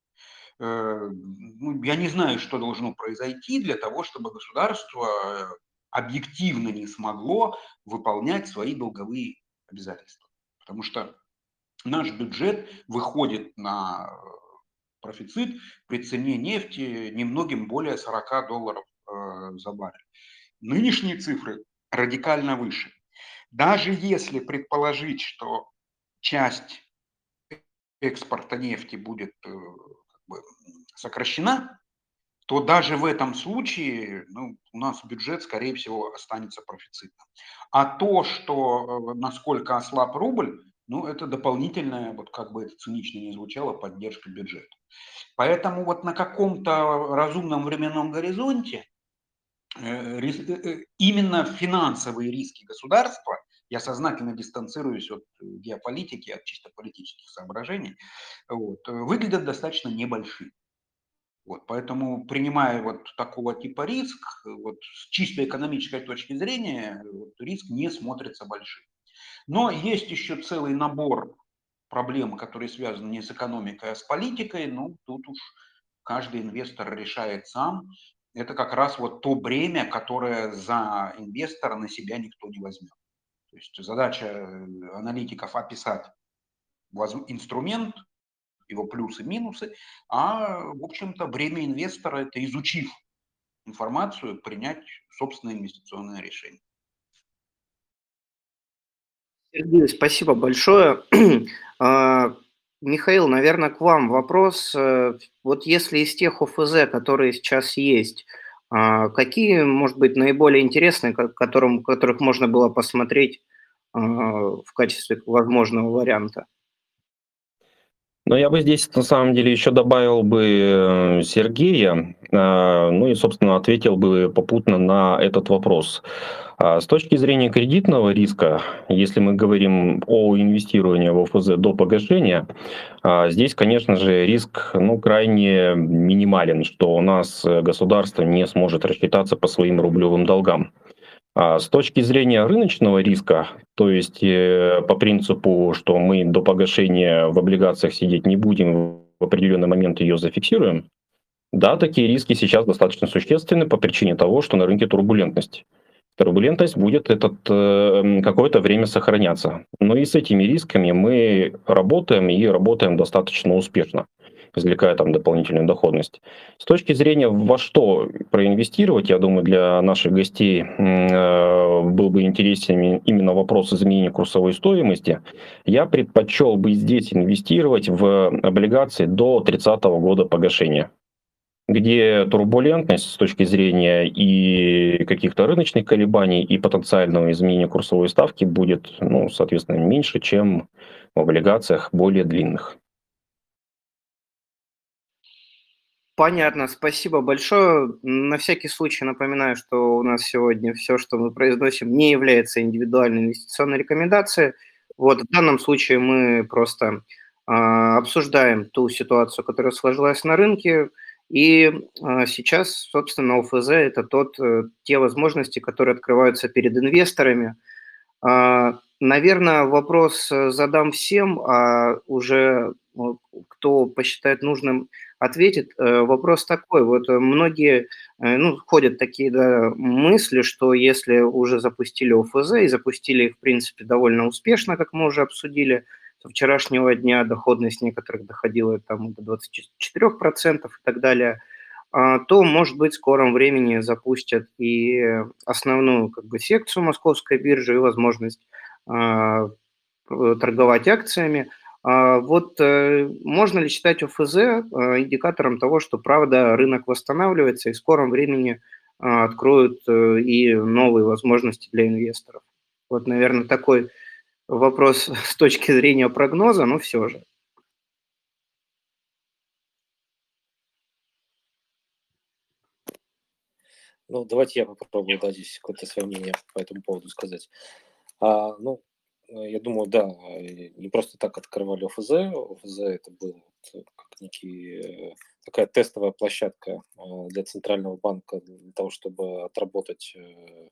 Э, ну, я не знаю, что должно произойти для того, чтобы государство объективно не смогло выполнять свои долговые обязательства. Потому что наш бюджет выходит на профицит при цене нефти немногим более сорок долларов э, за баррель. Нынешние цифры радикально выше. Даже если предположить, что часть экспорта нефти будет э, как бы сокращена, то даже в этом случае ну, у нас бюджет, скорее всего, останется профицитным. А то, что э, насколько ослаб рубль, ну, это дополнительная, вот как бы это цинично не звучало, поддержка бюджета. Поэтому вот на каком-то разумном временном горизонте э, рис- э, э, именно финансовые риски государства, я сознательно дистанцируюсь от геополитики, от чисто политических соображений, вот, э, выглядят достаточно небольшими. Вот, поэтому, принимая вот такого типа риск, вот, с чисто экономической точки зрения, вот, риск не смотрится большим. Но есть еще целый набор проблем, которые связаны не с экономикой, а с политикой. Ну, тут уж каждый инвестор решает сам. Это как раз вот то бремя, которое за инвестора на себя никто не возьмет. То есть задача аналитиков описать инструмент, его плюсы, минусы, а, в общем-то, бремя инвестора – это, изучив информацию, принять собственное инвестиционное решение. Сергей, спасибо большое. А, Михаил, наверное, к вам вопрос. Э, Вот если из тех ОФЗ, которые сейчас есть, а, какие, может быть, наиболее интересные, ко- которым, которых можно было посмотреть а, в качестве возможного варианта? Но я бы здесь на самом деле еще добавил бы э, Сергея, э, ну и, собственно, ответил бы попутно на этот вопрос. А С точки зрения кредитного риска, если мы говорим о инвестировании в ОФЗ до погашения, а, здесь, конечно же, риск ну, крайне минимален, что у нас э, государство не сможет рассчитаться по своим рублевым долгам. А с точки зрения рыночного риска, то есть э, по принципу, что мы до погашения в облигациях сидеть не будем, в определенный момент ее зафиксируем, да, такие риски сейчас достаточно существенны по причине того, что на рынке турбулентность. Турбулентность будет этот, э, какое-то время сохраняться. Но и с этими рисками мы работаем и работаем достаточно успешно, извлекая там дополнительную доходность. С точки зрения во что проинвестировать, я думаю, для наших гостей э, был бы интересен именно вопрос изменения курсовой стоимости. Я предпочел бы здесь инвестировать в облигации до тридцатого года погашения, где турбулентность с точки зрения и каких-то рыночных колебаний, и потенциального изменения курсовой ставки будет, ну, соответственно, меньше, чем в облигациях более длинных. Понятно, спасибо большое. На всякий случай напоминаю, что у нас сегодня все, что мы произносим, не является индивидуальной инвестиционной рекомендацией. Вот в данном случае мы просто а, обсуждаем ту ситуацию, которая сложилась на рынке, и а, сейчас, собственно, ОФЗ – это тот, э, те возможности, которые открываются перед инвесторами. А, Наверное, вопрос э, задам всем, а уже э, кто посчитает нужным, ответит. Э, Вопрос такой: вот э, многие, э, ну, ходят такие, да, мысли, что если уже запустили ОФЗ и запустили их, в принципе, довольно успешно, как мы уже обсудили, со вчерашнего дня доходность некоторых доходила там до двадцати четырёх процентов и так далее, а, то, может быть, в скором времени запустят и основную как бы секцию московской биржи и возможность а, п- торговать акциями. А Вот э, можно ли считать ОФЗ э, индикатором того, что, правда, рынок восстанавливается и в скором времени а, откроют э, и новые возможности для инвесторов? Вот, наверное, такой вопрос с точки зрения прогноза, но все же. Ну, давайте я попробую, да, здесь какое-то свое мнение по этому поводу сказать. А, ну, э, я думаю, да, э, не просто так открывали ОФЗ. ОФЗ это был вот как некий, э, такая тестовая площадка э, для Центрального банка для того, чтобы отработать, э,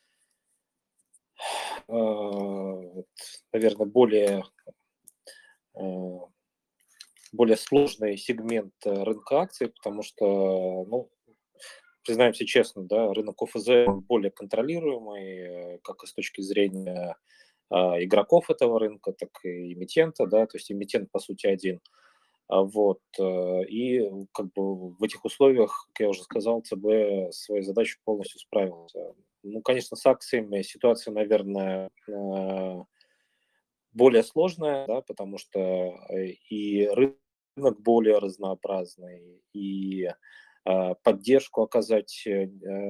э, вот, наверное, более, э, более сложный сегмент э, рынка акций, потому что, ну, признаемся честно, да, рынок ОФЗ он более контролируемый, э, как и с точки зрения а, игроков этого рынка, так и эмитента, да, то есть эмитент по сути один. А, Вот. э, И как бы в этих условиях, как я уже сказал, ЦБ свою задачу полностью справился. Ну, конечно, с акциями ситуация, наверное, э, более сложная, да, потому что э, и рынок более разнообразный, и э, поддержку оказать э,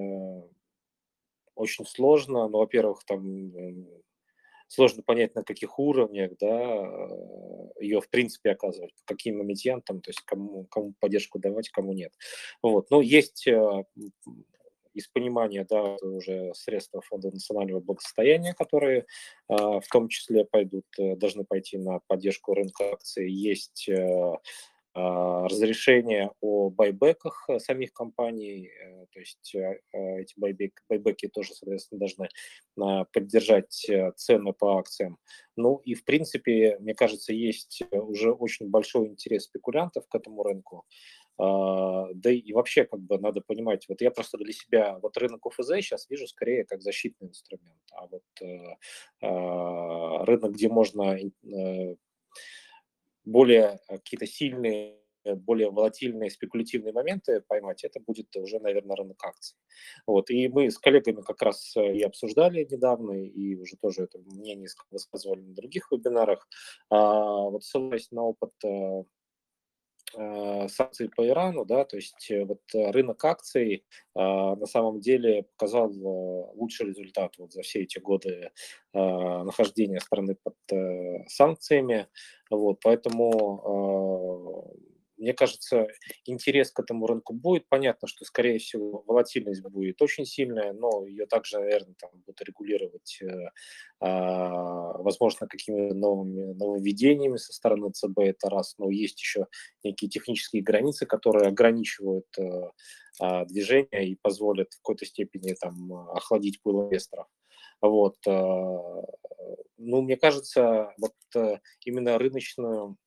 очень сложно. Ну, во-первых, там м, сложно понять, на каких уровнях, да, ее в принципе оказывать, по каким эмитентам, то есть кому, кому поддержку давать, кому нет. Вот. Но есть э, из понимания, да, это уже средства Фонда национального благосостояния, которые э, в том числе пойдут, э, должны пойти на поддержку рынка акций. Есть э, а, разрешение о байбеках э, самих компаний, э, то есть э, э, эти байбек, байбеки тоже, соответственно, должны а, поддержать э, цены по акциям. Ну и, в принципе, мне кажется, есть э, уже очень большой интерес спекулянтов к этому рынку. А, Да и вообще, как бы, надо понимать, вот я просто для себя, вот рынок ОФЗ сейчас вижу скорее как защитный инструмент, а вот э, а, рынок, где можно э, более э, какие-то сильные, э, более волатильные, спекулятивные моменты поймать, это будет уже, наверное, рынок акций. Вот. И мы с коллегами как раз э, и обсуждали недавно, и уже тоже это мнение высказывали на других вебинарах. А, вот ссылаясь на опыт э, э, санкций по Ирану, да, то есть э, вот э, рынок акций э, на самом деле показал э, лучший результат вот за все эти годы э, нахождения страны под э, санкциями, вот, поэтому э, мне кажется, интерес к этому рынку будет. Понятно, что, скорее всего, волатильность будет очень сильная, но ее также, наверное, там будут регулировать, э, а, возможно, какими-то новыми нововведениями со стороны ЦБ, это раз, но есть еще некие технические границы, которые ограничивают э, а, движение и позволят в какой-то степени там охладить пыл инвесторов. Вот. э, Ну, мне кажется, вот э, именно рыночную,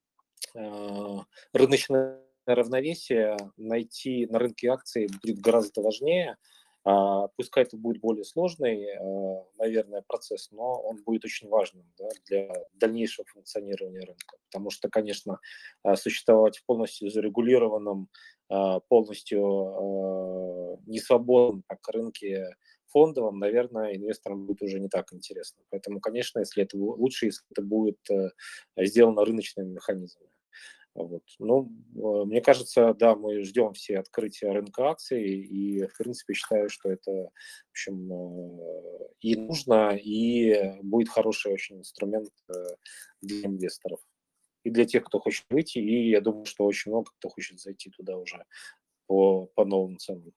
э, рыночное равновесие найти на рынке акций будет гораздо важнее. А, Пускай это будет более сложный, э, наверное, процесс, но он будет очень важным, да, для дальнейшего функционирования рынка. Потому что, конечно, э, существовать в полностью зарегулированном, э, полностью э, несвободном так, рынке фондовом, наверное, инвесторам будет уже не так интересно. Поэтому, конечно, если это бу- лучше, если это будет э, сделано рыночными механизмами. Вот. Ну, э, мне кажется, да, мы ждем все открытия рынка акций, и, в принципе, считаю, что это, в общем, э, и нужно, и будет хороший очень инструмент э, для инвесторов. И для тех, кто хочет выйти, и я думаю, что очень много кто хочет зайти туда уже по, по новым ценам.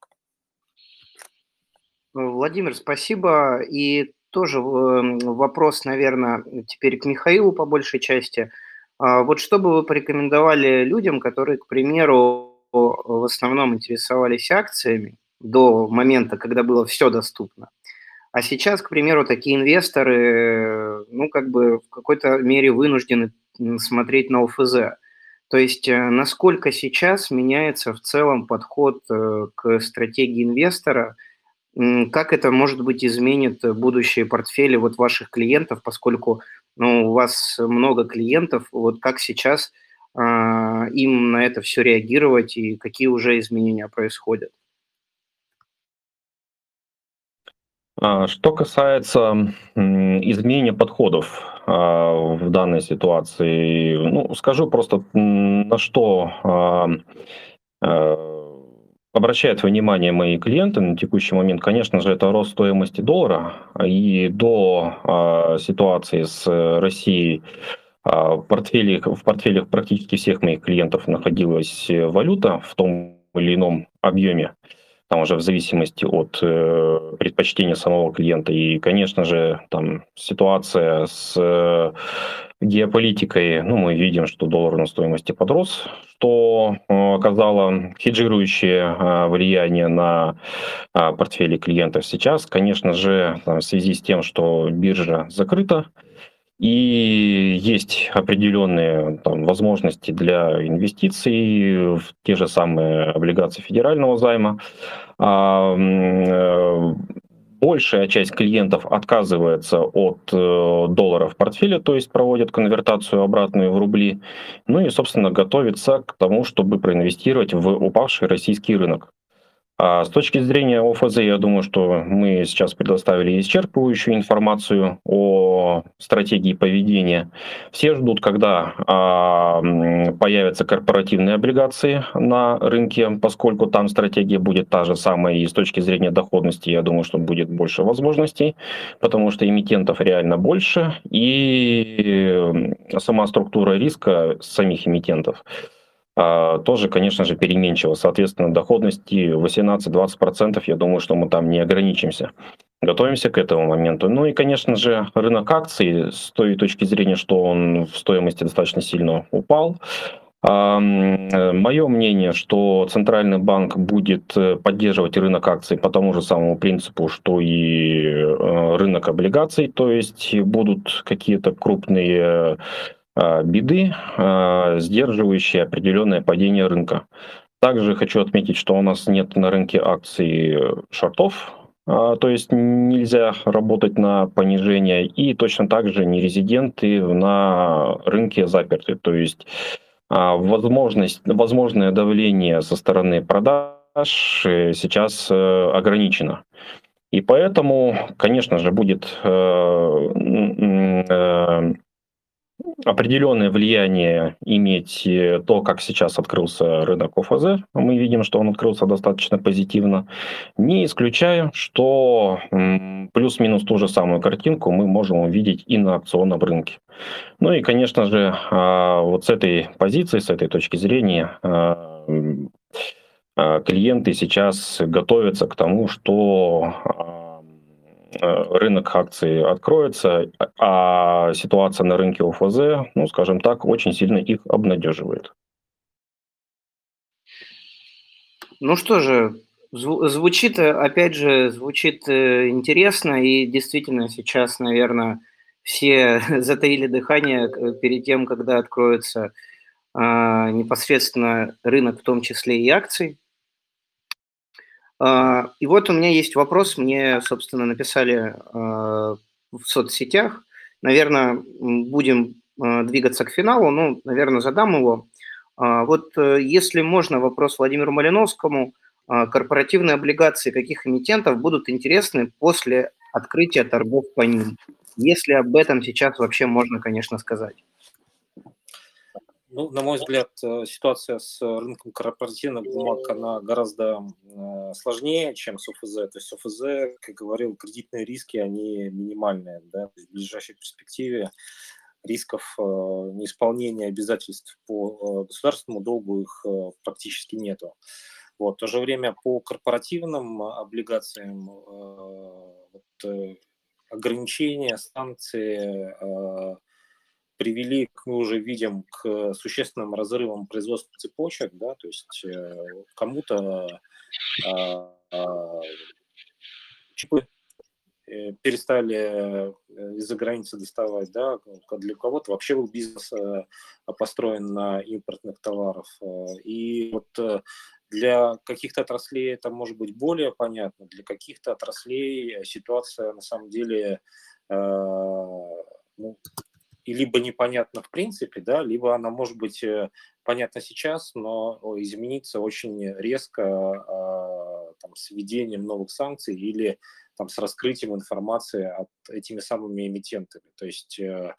Владимир, спасибо. И тоже э, вопрос, наверное, теперь к Михаилу по большей части. А Вот что бы вы порекомендовали людям, которые, к примеру, в основном интересовались акциями до момента, когда было все доступно, а сейчас, к примеру, такие инвесторы, э, ну, как бы в какой-то мере вынуждены м, смотреть на ОФЗ. То есть, э, насколько сейчас меняется в целом подход э, к стратегии инвестора. М, как это, может быть, изменит э, будущие портфели вот ваших клиентов, поскольку, ну, у вас много клиентов, вот как сейчас а, им на это все реагировать и какие уже изменения происходят? А, Что касается м, изменения подходов а, в данной ситуации, ну, скажу просто, м, на что а, а, обращают внимание мои клиенты на текущий момент, конечно же, это рост стоимости доллара. И до а, ситуации с Россией а, в портфелях, в портфелях практически всех моих клиентов находилась валюта в том или ином объеме, там уже в зависимости от э, предпочтения самого клиента. И, конечно же, там ситуация с э, геополитикой, ну, мы видим, что доллар на стоимости подрос, что э, оказало хеджирующее э, влияние на э, портфели клиентов. Сейчас, конечно же, там, в связи с тем, что биржа закрыта, и есть определенные там, возможности для инвестиций в те же самые облигации федерального займа. А, э, Большая часть клиентов отказывается от э, доллара в портфеле, то есть проводят конвертацию обратную в рубли, ну и, собственно, готовится к тому, чтобы проинвестировать в упавший российский рынок. А с точки зрения ОФЗ, я думаю, что мы сейчас предоставили исчерпывающую информацию о стратегии поведения. Все ждут, когда а, м, появятся корпоративные облигации на рынке, поскольку там стратегия будет та же самая, и с точки зрения доходности, я думаю, что будет больше возможностей, потому что эмитентов реально больше, и сама структура риска самих эмитентов а, тоже, конечно же, переменчиво. Соответственно, доходности восемнадцать-двадцать процентов, я думаю, что мы там не ограничимся. Готовимся к этому моменту. Ну и, конечно же, рынок акций с той точки зрения, что он в стоимости достаточно сильно упал. Мое мнение, что Центральный банк будет э, поддерживать рынок акций по тому же самому принципу, что и э, рынок облигаций, то есть будут какие-то крупные а, беды, а, сдерживающие определенное падение рынка. Также хочу отметить, что у нас нет на рынке акций шортов, а, то есть нельзя работать на понижение, и точно так же нерезиденты на рынке заперты, то есть а, возможность, возможное давление со стороны продаж э, сейчас э, ограничено. И поэтому, конечно же, будет э, м, э, определенное влияние иметь э, то, как сейчас открылся рынок ОФЗ. Мы видим, что он открылся достаточно позитивно. Не исключаю, что м, плюс-минус ту же самую картинку мы можем увидеть и на акционном рынке. Ну и, конечно же, а, вот с этой позиции, с этой точки зрения, а, м, а, клиенты сейчас готовятся к тому, что а, э, рынок акций откроется, а ситуация на рынке ОФЗ, ну, скажем так, очень сильно их обнадеживает. Ну что же, зву- звучит, э, опять же, звучит э, интересно, и действительно сейчас, наверное, все затаили дыхание к- перед тем, когда откроется а, непосредственно рынок, в том числе и акций. А, И вот у меня есть вопрос, мне, собственно, написали а, в соцсетях. Наверное, будем а, двигаться к финалу, ну, наверное, задам его. А, Вот э, если можно, вопрос Владимиру Малиновскому. А, Корпоративные облигации каких эмитентов будут интересны после открытия торгов по ним? Если об этом сейчас вообще можно, конечно, сказать. Ну, на мой взгляд, э, ситуация с рынком корпоративных бумаг, она гораздо э, сложнее, чем с ОФЗ. То есть ОФЗ, как говорил, кредитные риски, они минимальные. Да? То есть в ближайшей перспективе рисков э, неисполнения обязательств по э, государственному долгу их э, практически нету. Вот. В то же время по корпоративным облигациям э, вот, э, ограничения, санкции э, привели, как мы уже видим, к существенным разрывам производственных цепочек, да, то есть э, кому-то э, э, чипы э, перестали э, из-за границы доставать, да, для кого-то вообще был бизнес э, построен на импортных товарах. Э, и вот э, для каких-то отраслей это может быть более понятно, для каких-то отраслей ситуация на самом деле э, ну, и либо непонятно в принципе, да, либо она может быть э, понятна сейчас, но измениться очень резко э, там, с введением новых санкций или там, с раскрытием информации от этими самыми эмитентами. То есть э,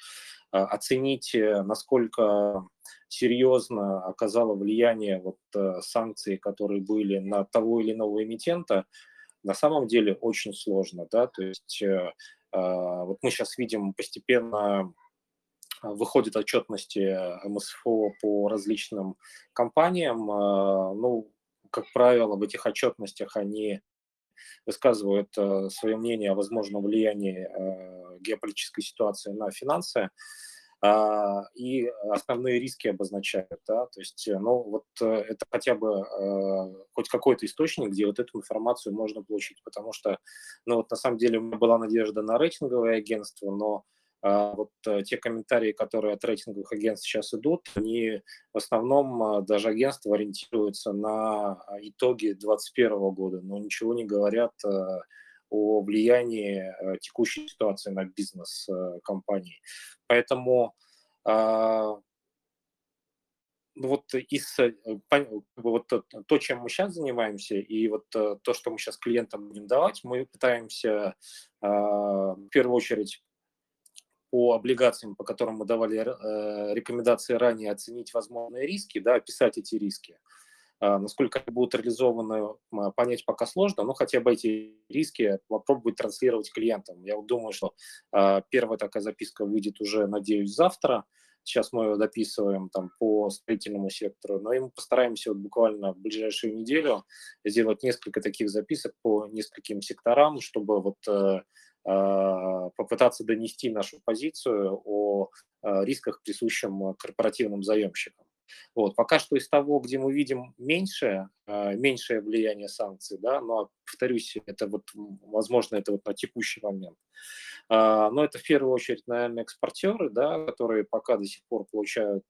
оценить, насколько серьезно оказало влияние вот санкции, которые были на того или иного эмитента, на самом деле очень сложно, да, то есть вот мы сейчас видим постепенно выходят отчетности эм эс эф о по различным компаниям. Ну, как правило, в этих отчетностях они высказывают свое мнение о возможном влиянии геополитической ситуации на финансы и основные риски обозначают, да, то есть, ну, вот это хотя бы хоть какой-то источник, где вот эту информацию можно получить, потому что, ну, вот на самом деле у меня была надежда на рейтинговые агентства, но а вот те комментарии, которые от рейтинговых агентств сейчас идут, они в основном даже агентства ориентируются на итоги две тысячи двадцать первого года, но ничего не говорят о влиянии текущей ситуации на бизнес компаний. Поэтому вот из, вот то, чем мы сейчас занимаемся, и вот то, что мы сейчас клиентам будем давать, мы пытаемся в первую очередь по облигациям, по которым мы давали э, рекомендации ранее, оценить возможные риски, да, описать эти риски. А, насколько они будут реализованы, понять пока сложно, но хотя бы эти риски попробовать транслировать клиентам. Я вот думаю, что э, первая такая записка выйдет уже, надеюсь, завтра. Сейчас мы ее дописываем там по строительному сектору, но и мы постараемся вот буквально в ближайшую неделю сделать несколько таких записок по нескольким секторам, чтобы вот э, попытаться донести нашу позицию о рисках, присущим корпоративным заемщикам. Вот. Пока что из того, где мы видим меньшее, меньшее влияние санкций, да, но, повторюсь, это вот, возможно, это вот на текущий момент. Но это в первую очередь, наверное, экспортеры, да, которые пока до сих пор получают,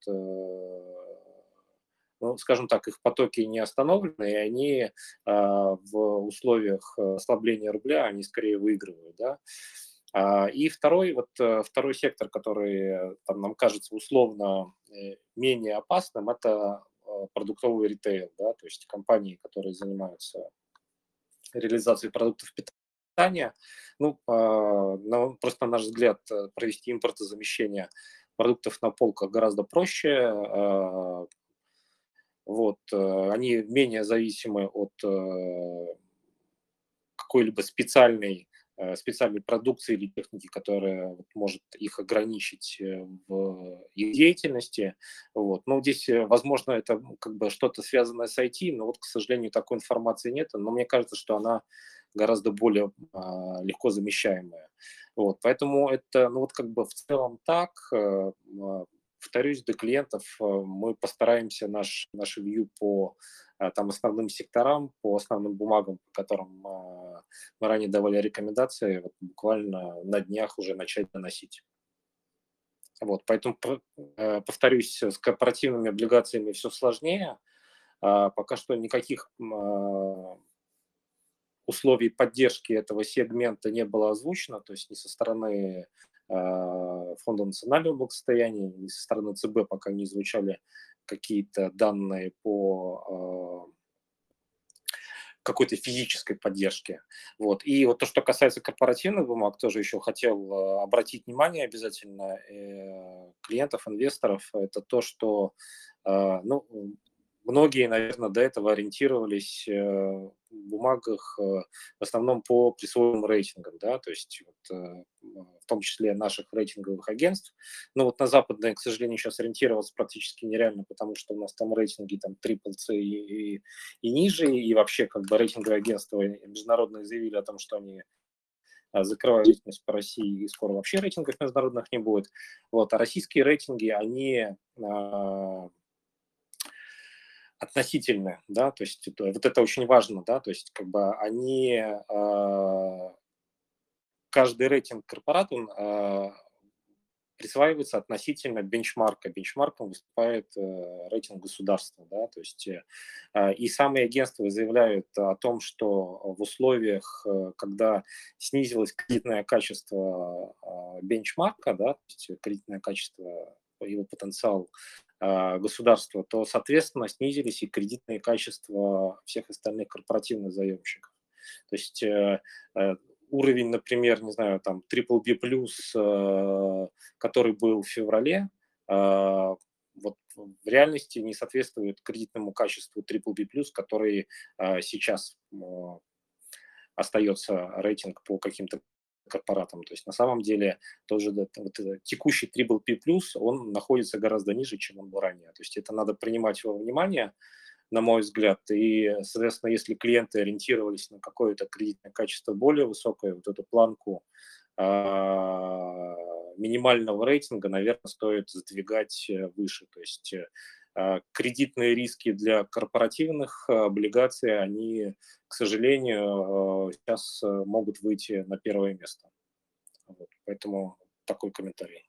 ну, скажем так, их потоки не остановлены, и они э, в условиях ослабления рубля, они скорее выигрывают, да. А, и второй, вот, второй сектор, который там, нам кажется условно менее опасным, это продуктовый ритейл, да, то есть компании, которые занимаются реализацией продуктов питания. Ну, э, на, просто, на наш взгляд, провести импортозамещение продуктов на полках гораздо проще. Э, Вот, они менее зависимы от какой-либо специальной, специальной продукции или техники, которая вот может их ограничить в их деятельности. Вот. Но здесь, возможно, это как бы что-то связанное с ай ти, но вот, к сожалению, такой информации нет. Но мне кажется, что она гораздо более а, легко замещаемая. Вот. Поэтому это, ну вот как бы в целом так. Повторюсь, до клиентов мы постараемся наш, наш вью по там, основным секторам, по основным бумагам, по которым мы ранее давали рекомендации, вот буквально на днях уже начать доносить. Вот, поэтому, повторюсь, с корпоративными облигациями все сложнее. Пока что никаких условий поддержки этого сегмента не было озвучено, то есть ни со стороны Фонда национального благосостояния, ни со стороны ЦБ пока не звучали какие-то данные по какой-то физической поддержке. Вот. И вот то, что касается корпоративных бумаг, тоже еще хотел обратить внимание обязательно клиентов, инвесторов, это то, что ну, многие, наверное, до этого ориентировались в бумагах в основном по присвоенным рейтингам, да, то есть вот, в том числе наших рейтинговых агентств. Но вот на западные, к сожалению, сейчас ориентироваться практически нереально, потому что у нас там рейтинги там трипл си и, и, и ниже, и вообще как бы рейтинговые агентства международные заявили о том, что они закрывают деятельность по России, и скоро вообще рейтингов международных не будет. Вот, а российские рейтинги, они относительны, да, то есть это, вот это очень важно, да, то есть как бы они, э, каждый рейтинг корпорат, он э, присваивается относительно бенчмарка. Бенчмарком выступает э, рейтинг государства, да, то есть э, и самые агентства заявляют о том, что в условиях, э, когда снизилось кредитное качество э, бенчмарка, да, то есть кредитное качество, его потенциал государства, то, соответственно, снизились и кредитные качества всех остальных корпоративных заемщиков. То есть уровень, например, не знаю, там трипл би плюс, который был в феврале, вот в реальности не соответствует кредитному качеству трипл би плюс, который сейчас остается рейтинг по каким-то корпоратам. То есть на самом деле тоже вот, текущий трипл би плюс, он находится гораздо ниже, чем он был ранее. То есть это надо принимать во внимание, на мой взгляд. И, соответственно, если клиенты ориентировались на какое-то кредитное качество более высокое, вот эту планку э, минимального рейтинга, наверное, стоит задвигать выше. То есть э, кредитные риски для корпоративных облигаций, они, к сожалению, э, сейчас могут выйти на первое место. Вот. Поэтому такой комментарий.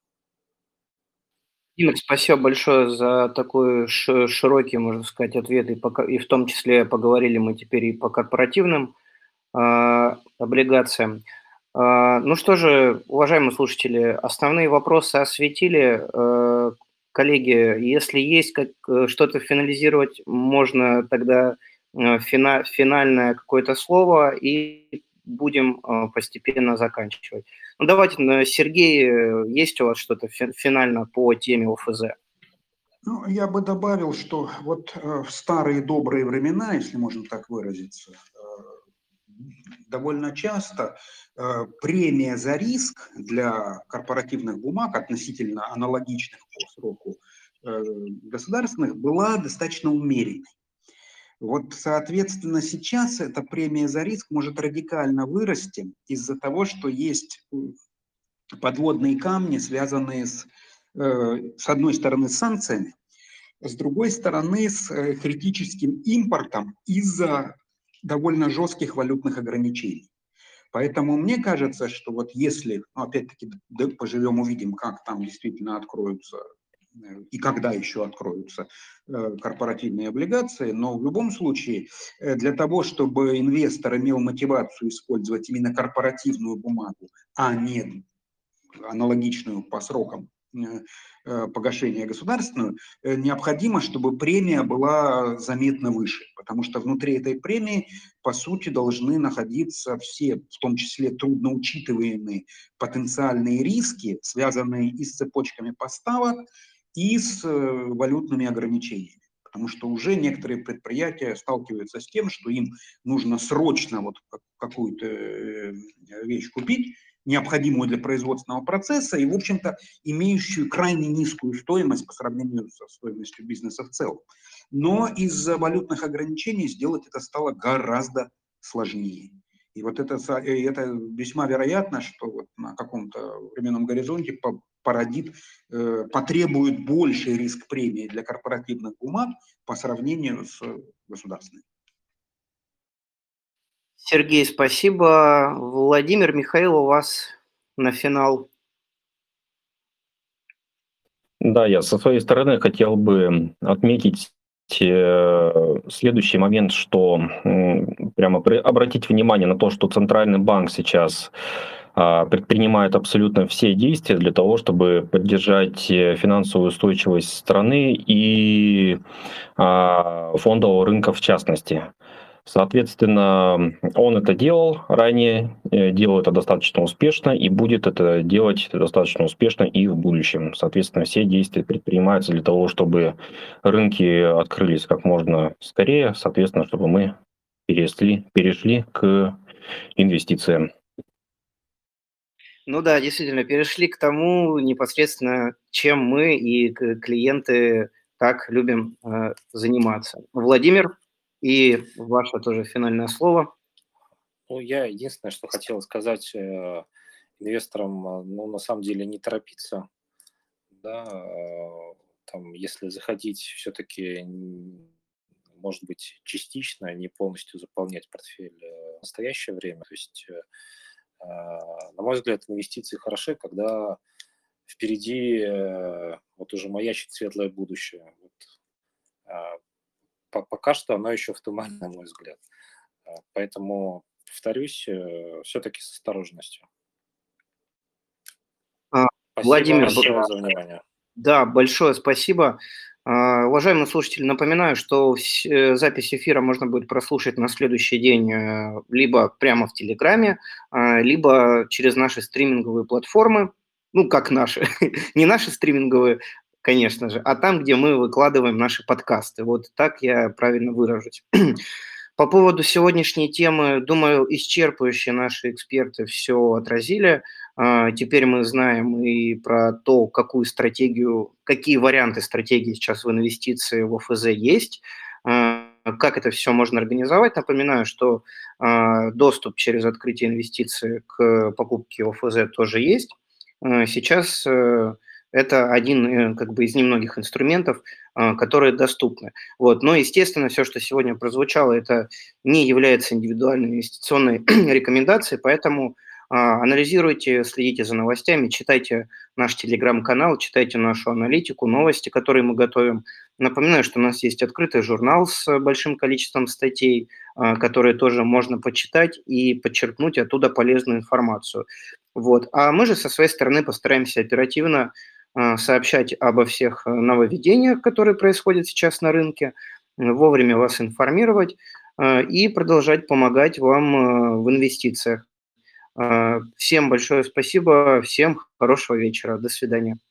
Димит, спасибо большое за такой широкий, можно сказать, ответ, и, по, и в том числе поговорили мы теперь и по корпоративным э, облигациям. Э, ну что же, уважаемые слушатели, основные вопросы осветили. Э, коллеги, если есть как, что-то финализировать, можно тогда э, фина, финальное какое-то слово, и будем э, постепенно заканчивать. Ну, давайте, Сергей, есть у вас что-то финально по теме ОФЗ? Ну, я бы добавил, что вот в старые добрые времена, если можно так выразиться, довольно часто премия за риск для корпоративных бумаг относительно аналогичных по сроку государственных была достаточно умеренной. Вот, соответственно, сейчас эта премия за риск может радикально вырасти из-за того, что есть подводные камни, связанные с, с одной стороны, с санкциями, с другой стороны, с критическим импортом из-за довольно жестких валютных ограничений. Поэтому мне кажется, что вот если, ну, опять-таки, поживем, увидим, как там действительно откроются и когда еще откроются корпоративные облигации, но в любом случае для того, чтобы инвестор имел мотивацию использовать именно корпоративную бумагу, а не аналогичную по срокам погашения государственную, необходимо, чтобы премия была заметно выше, потому что внутри этой премии, по сути, должны находиться все, в том числе трудноучитываемые потенциальные риски, связанные и с цепочками поставок, и с валютными ограничениями. Потому что уже некоторые предприятия сталкиваются с тем, что им нужно срочно вот какую-то вещь купить, необходимую для производственного процесса и, в общем-то, имеющую крайне низкую стоимость по сравнению со стоимостью бизнеса в целом. Но из-за валютных ограничений сделать это стало гораздо сложнее. И вот это, это весьма вероятно, что вот на каком-то временном горизонте породит, потребует больший риск премии для корпоративных бумаг по сравнению с государственными. Сергей, спасибо. Владимир, Михаил, у вас на финал. Да, я со своей стороны хотел бы отметить следующий момент, что прямо обратить внимание на то, что Центральный банк сейчас предпринимает абсолютно все действия для того, чтобы поддержать финансовую устойчивость страны и фондового рынка в частности. Соответственно, он это делал ранее, делал это достаточно успешно и будет это делать достаточно успешно и в будущем. Соответственно, все действия предпринимаются для того, чтобы рынки открылись как можно скорее, соответственно, чтобы мы перешли, перешли к инвестициям. Ну да, действительно, перешли к тому непосредственно, чем мы и клиенты так любим э, заниматься. Владимир, и ваше тоже финальное слово. Ну, я единственное, что хотел сказать э, инвесторам, ну, на самом деле, не торопиться, да, э, там, если заходить все-таки, может быть, частично, не полностью заполнять портфель в настоящее время, то есть, э, на мой взгляд, инвестиции хороши, когда впереди э, вот уже маячит светлое будущее. Вот, э, пока что оно еще в тумане, на мой взгляд. Поэтому, повторюсь, все-таки с осторожностью. А, спасибо Владимир, большое за внимание. Да, большое спасибо. А, Уважаемые слушатели, напоминаю, что вс- э, запись эфира можно будет прослушать на следующий день э, либо прямо в Телеграме, а, либо через наши стриминговые платформы, ну, как наши, не наши стриминговые, конечно же, а там, где мы выкладываем наши подкасты. Вот так я правильно выражусь. По поводу сегодняшней темы, думаю, исчерпывающие наши эксперты все отразили. А, Теперь мы знаем и про то, какую стратегию, какие варианты стратегии сейчас в инвестиции в ОФЗ есть, а, как это все можно организовать. Напоминаю, что а, доступ через открытие инвестиций к покупке ОФЗ тоже есть. А, Сейчас э, это один э, как бы из немногих инструментов, а, которые доступны. Вот. Но, естественно, все, что сегодня прозвучало, это не является индивидуальной инвестиционной рекомендацией, поэтому а, анализируйте, следите за новостями, читайте наш телеграм-канал, читайте нашу аналитику, новости, которые мы готовим. Напоминаю, что у нас есть открытый журнал с большим количеством статей, а, которые тоже можно почитать и подчеркнуть оттуда полезную информацию. Вот. А мы же со своей стороны постараемся оперативно а, сообщать обо всех э, нововведениях, которые происходят сейчас на рынке, м, вовремя вас информировать э, и продолжать помогать вам э, в инвестициях. Э, Всем большое спасибо, всем хорошего вечера, до свидания.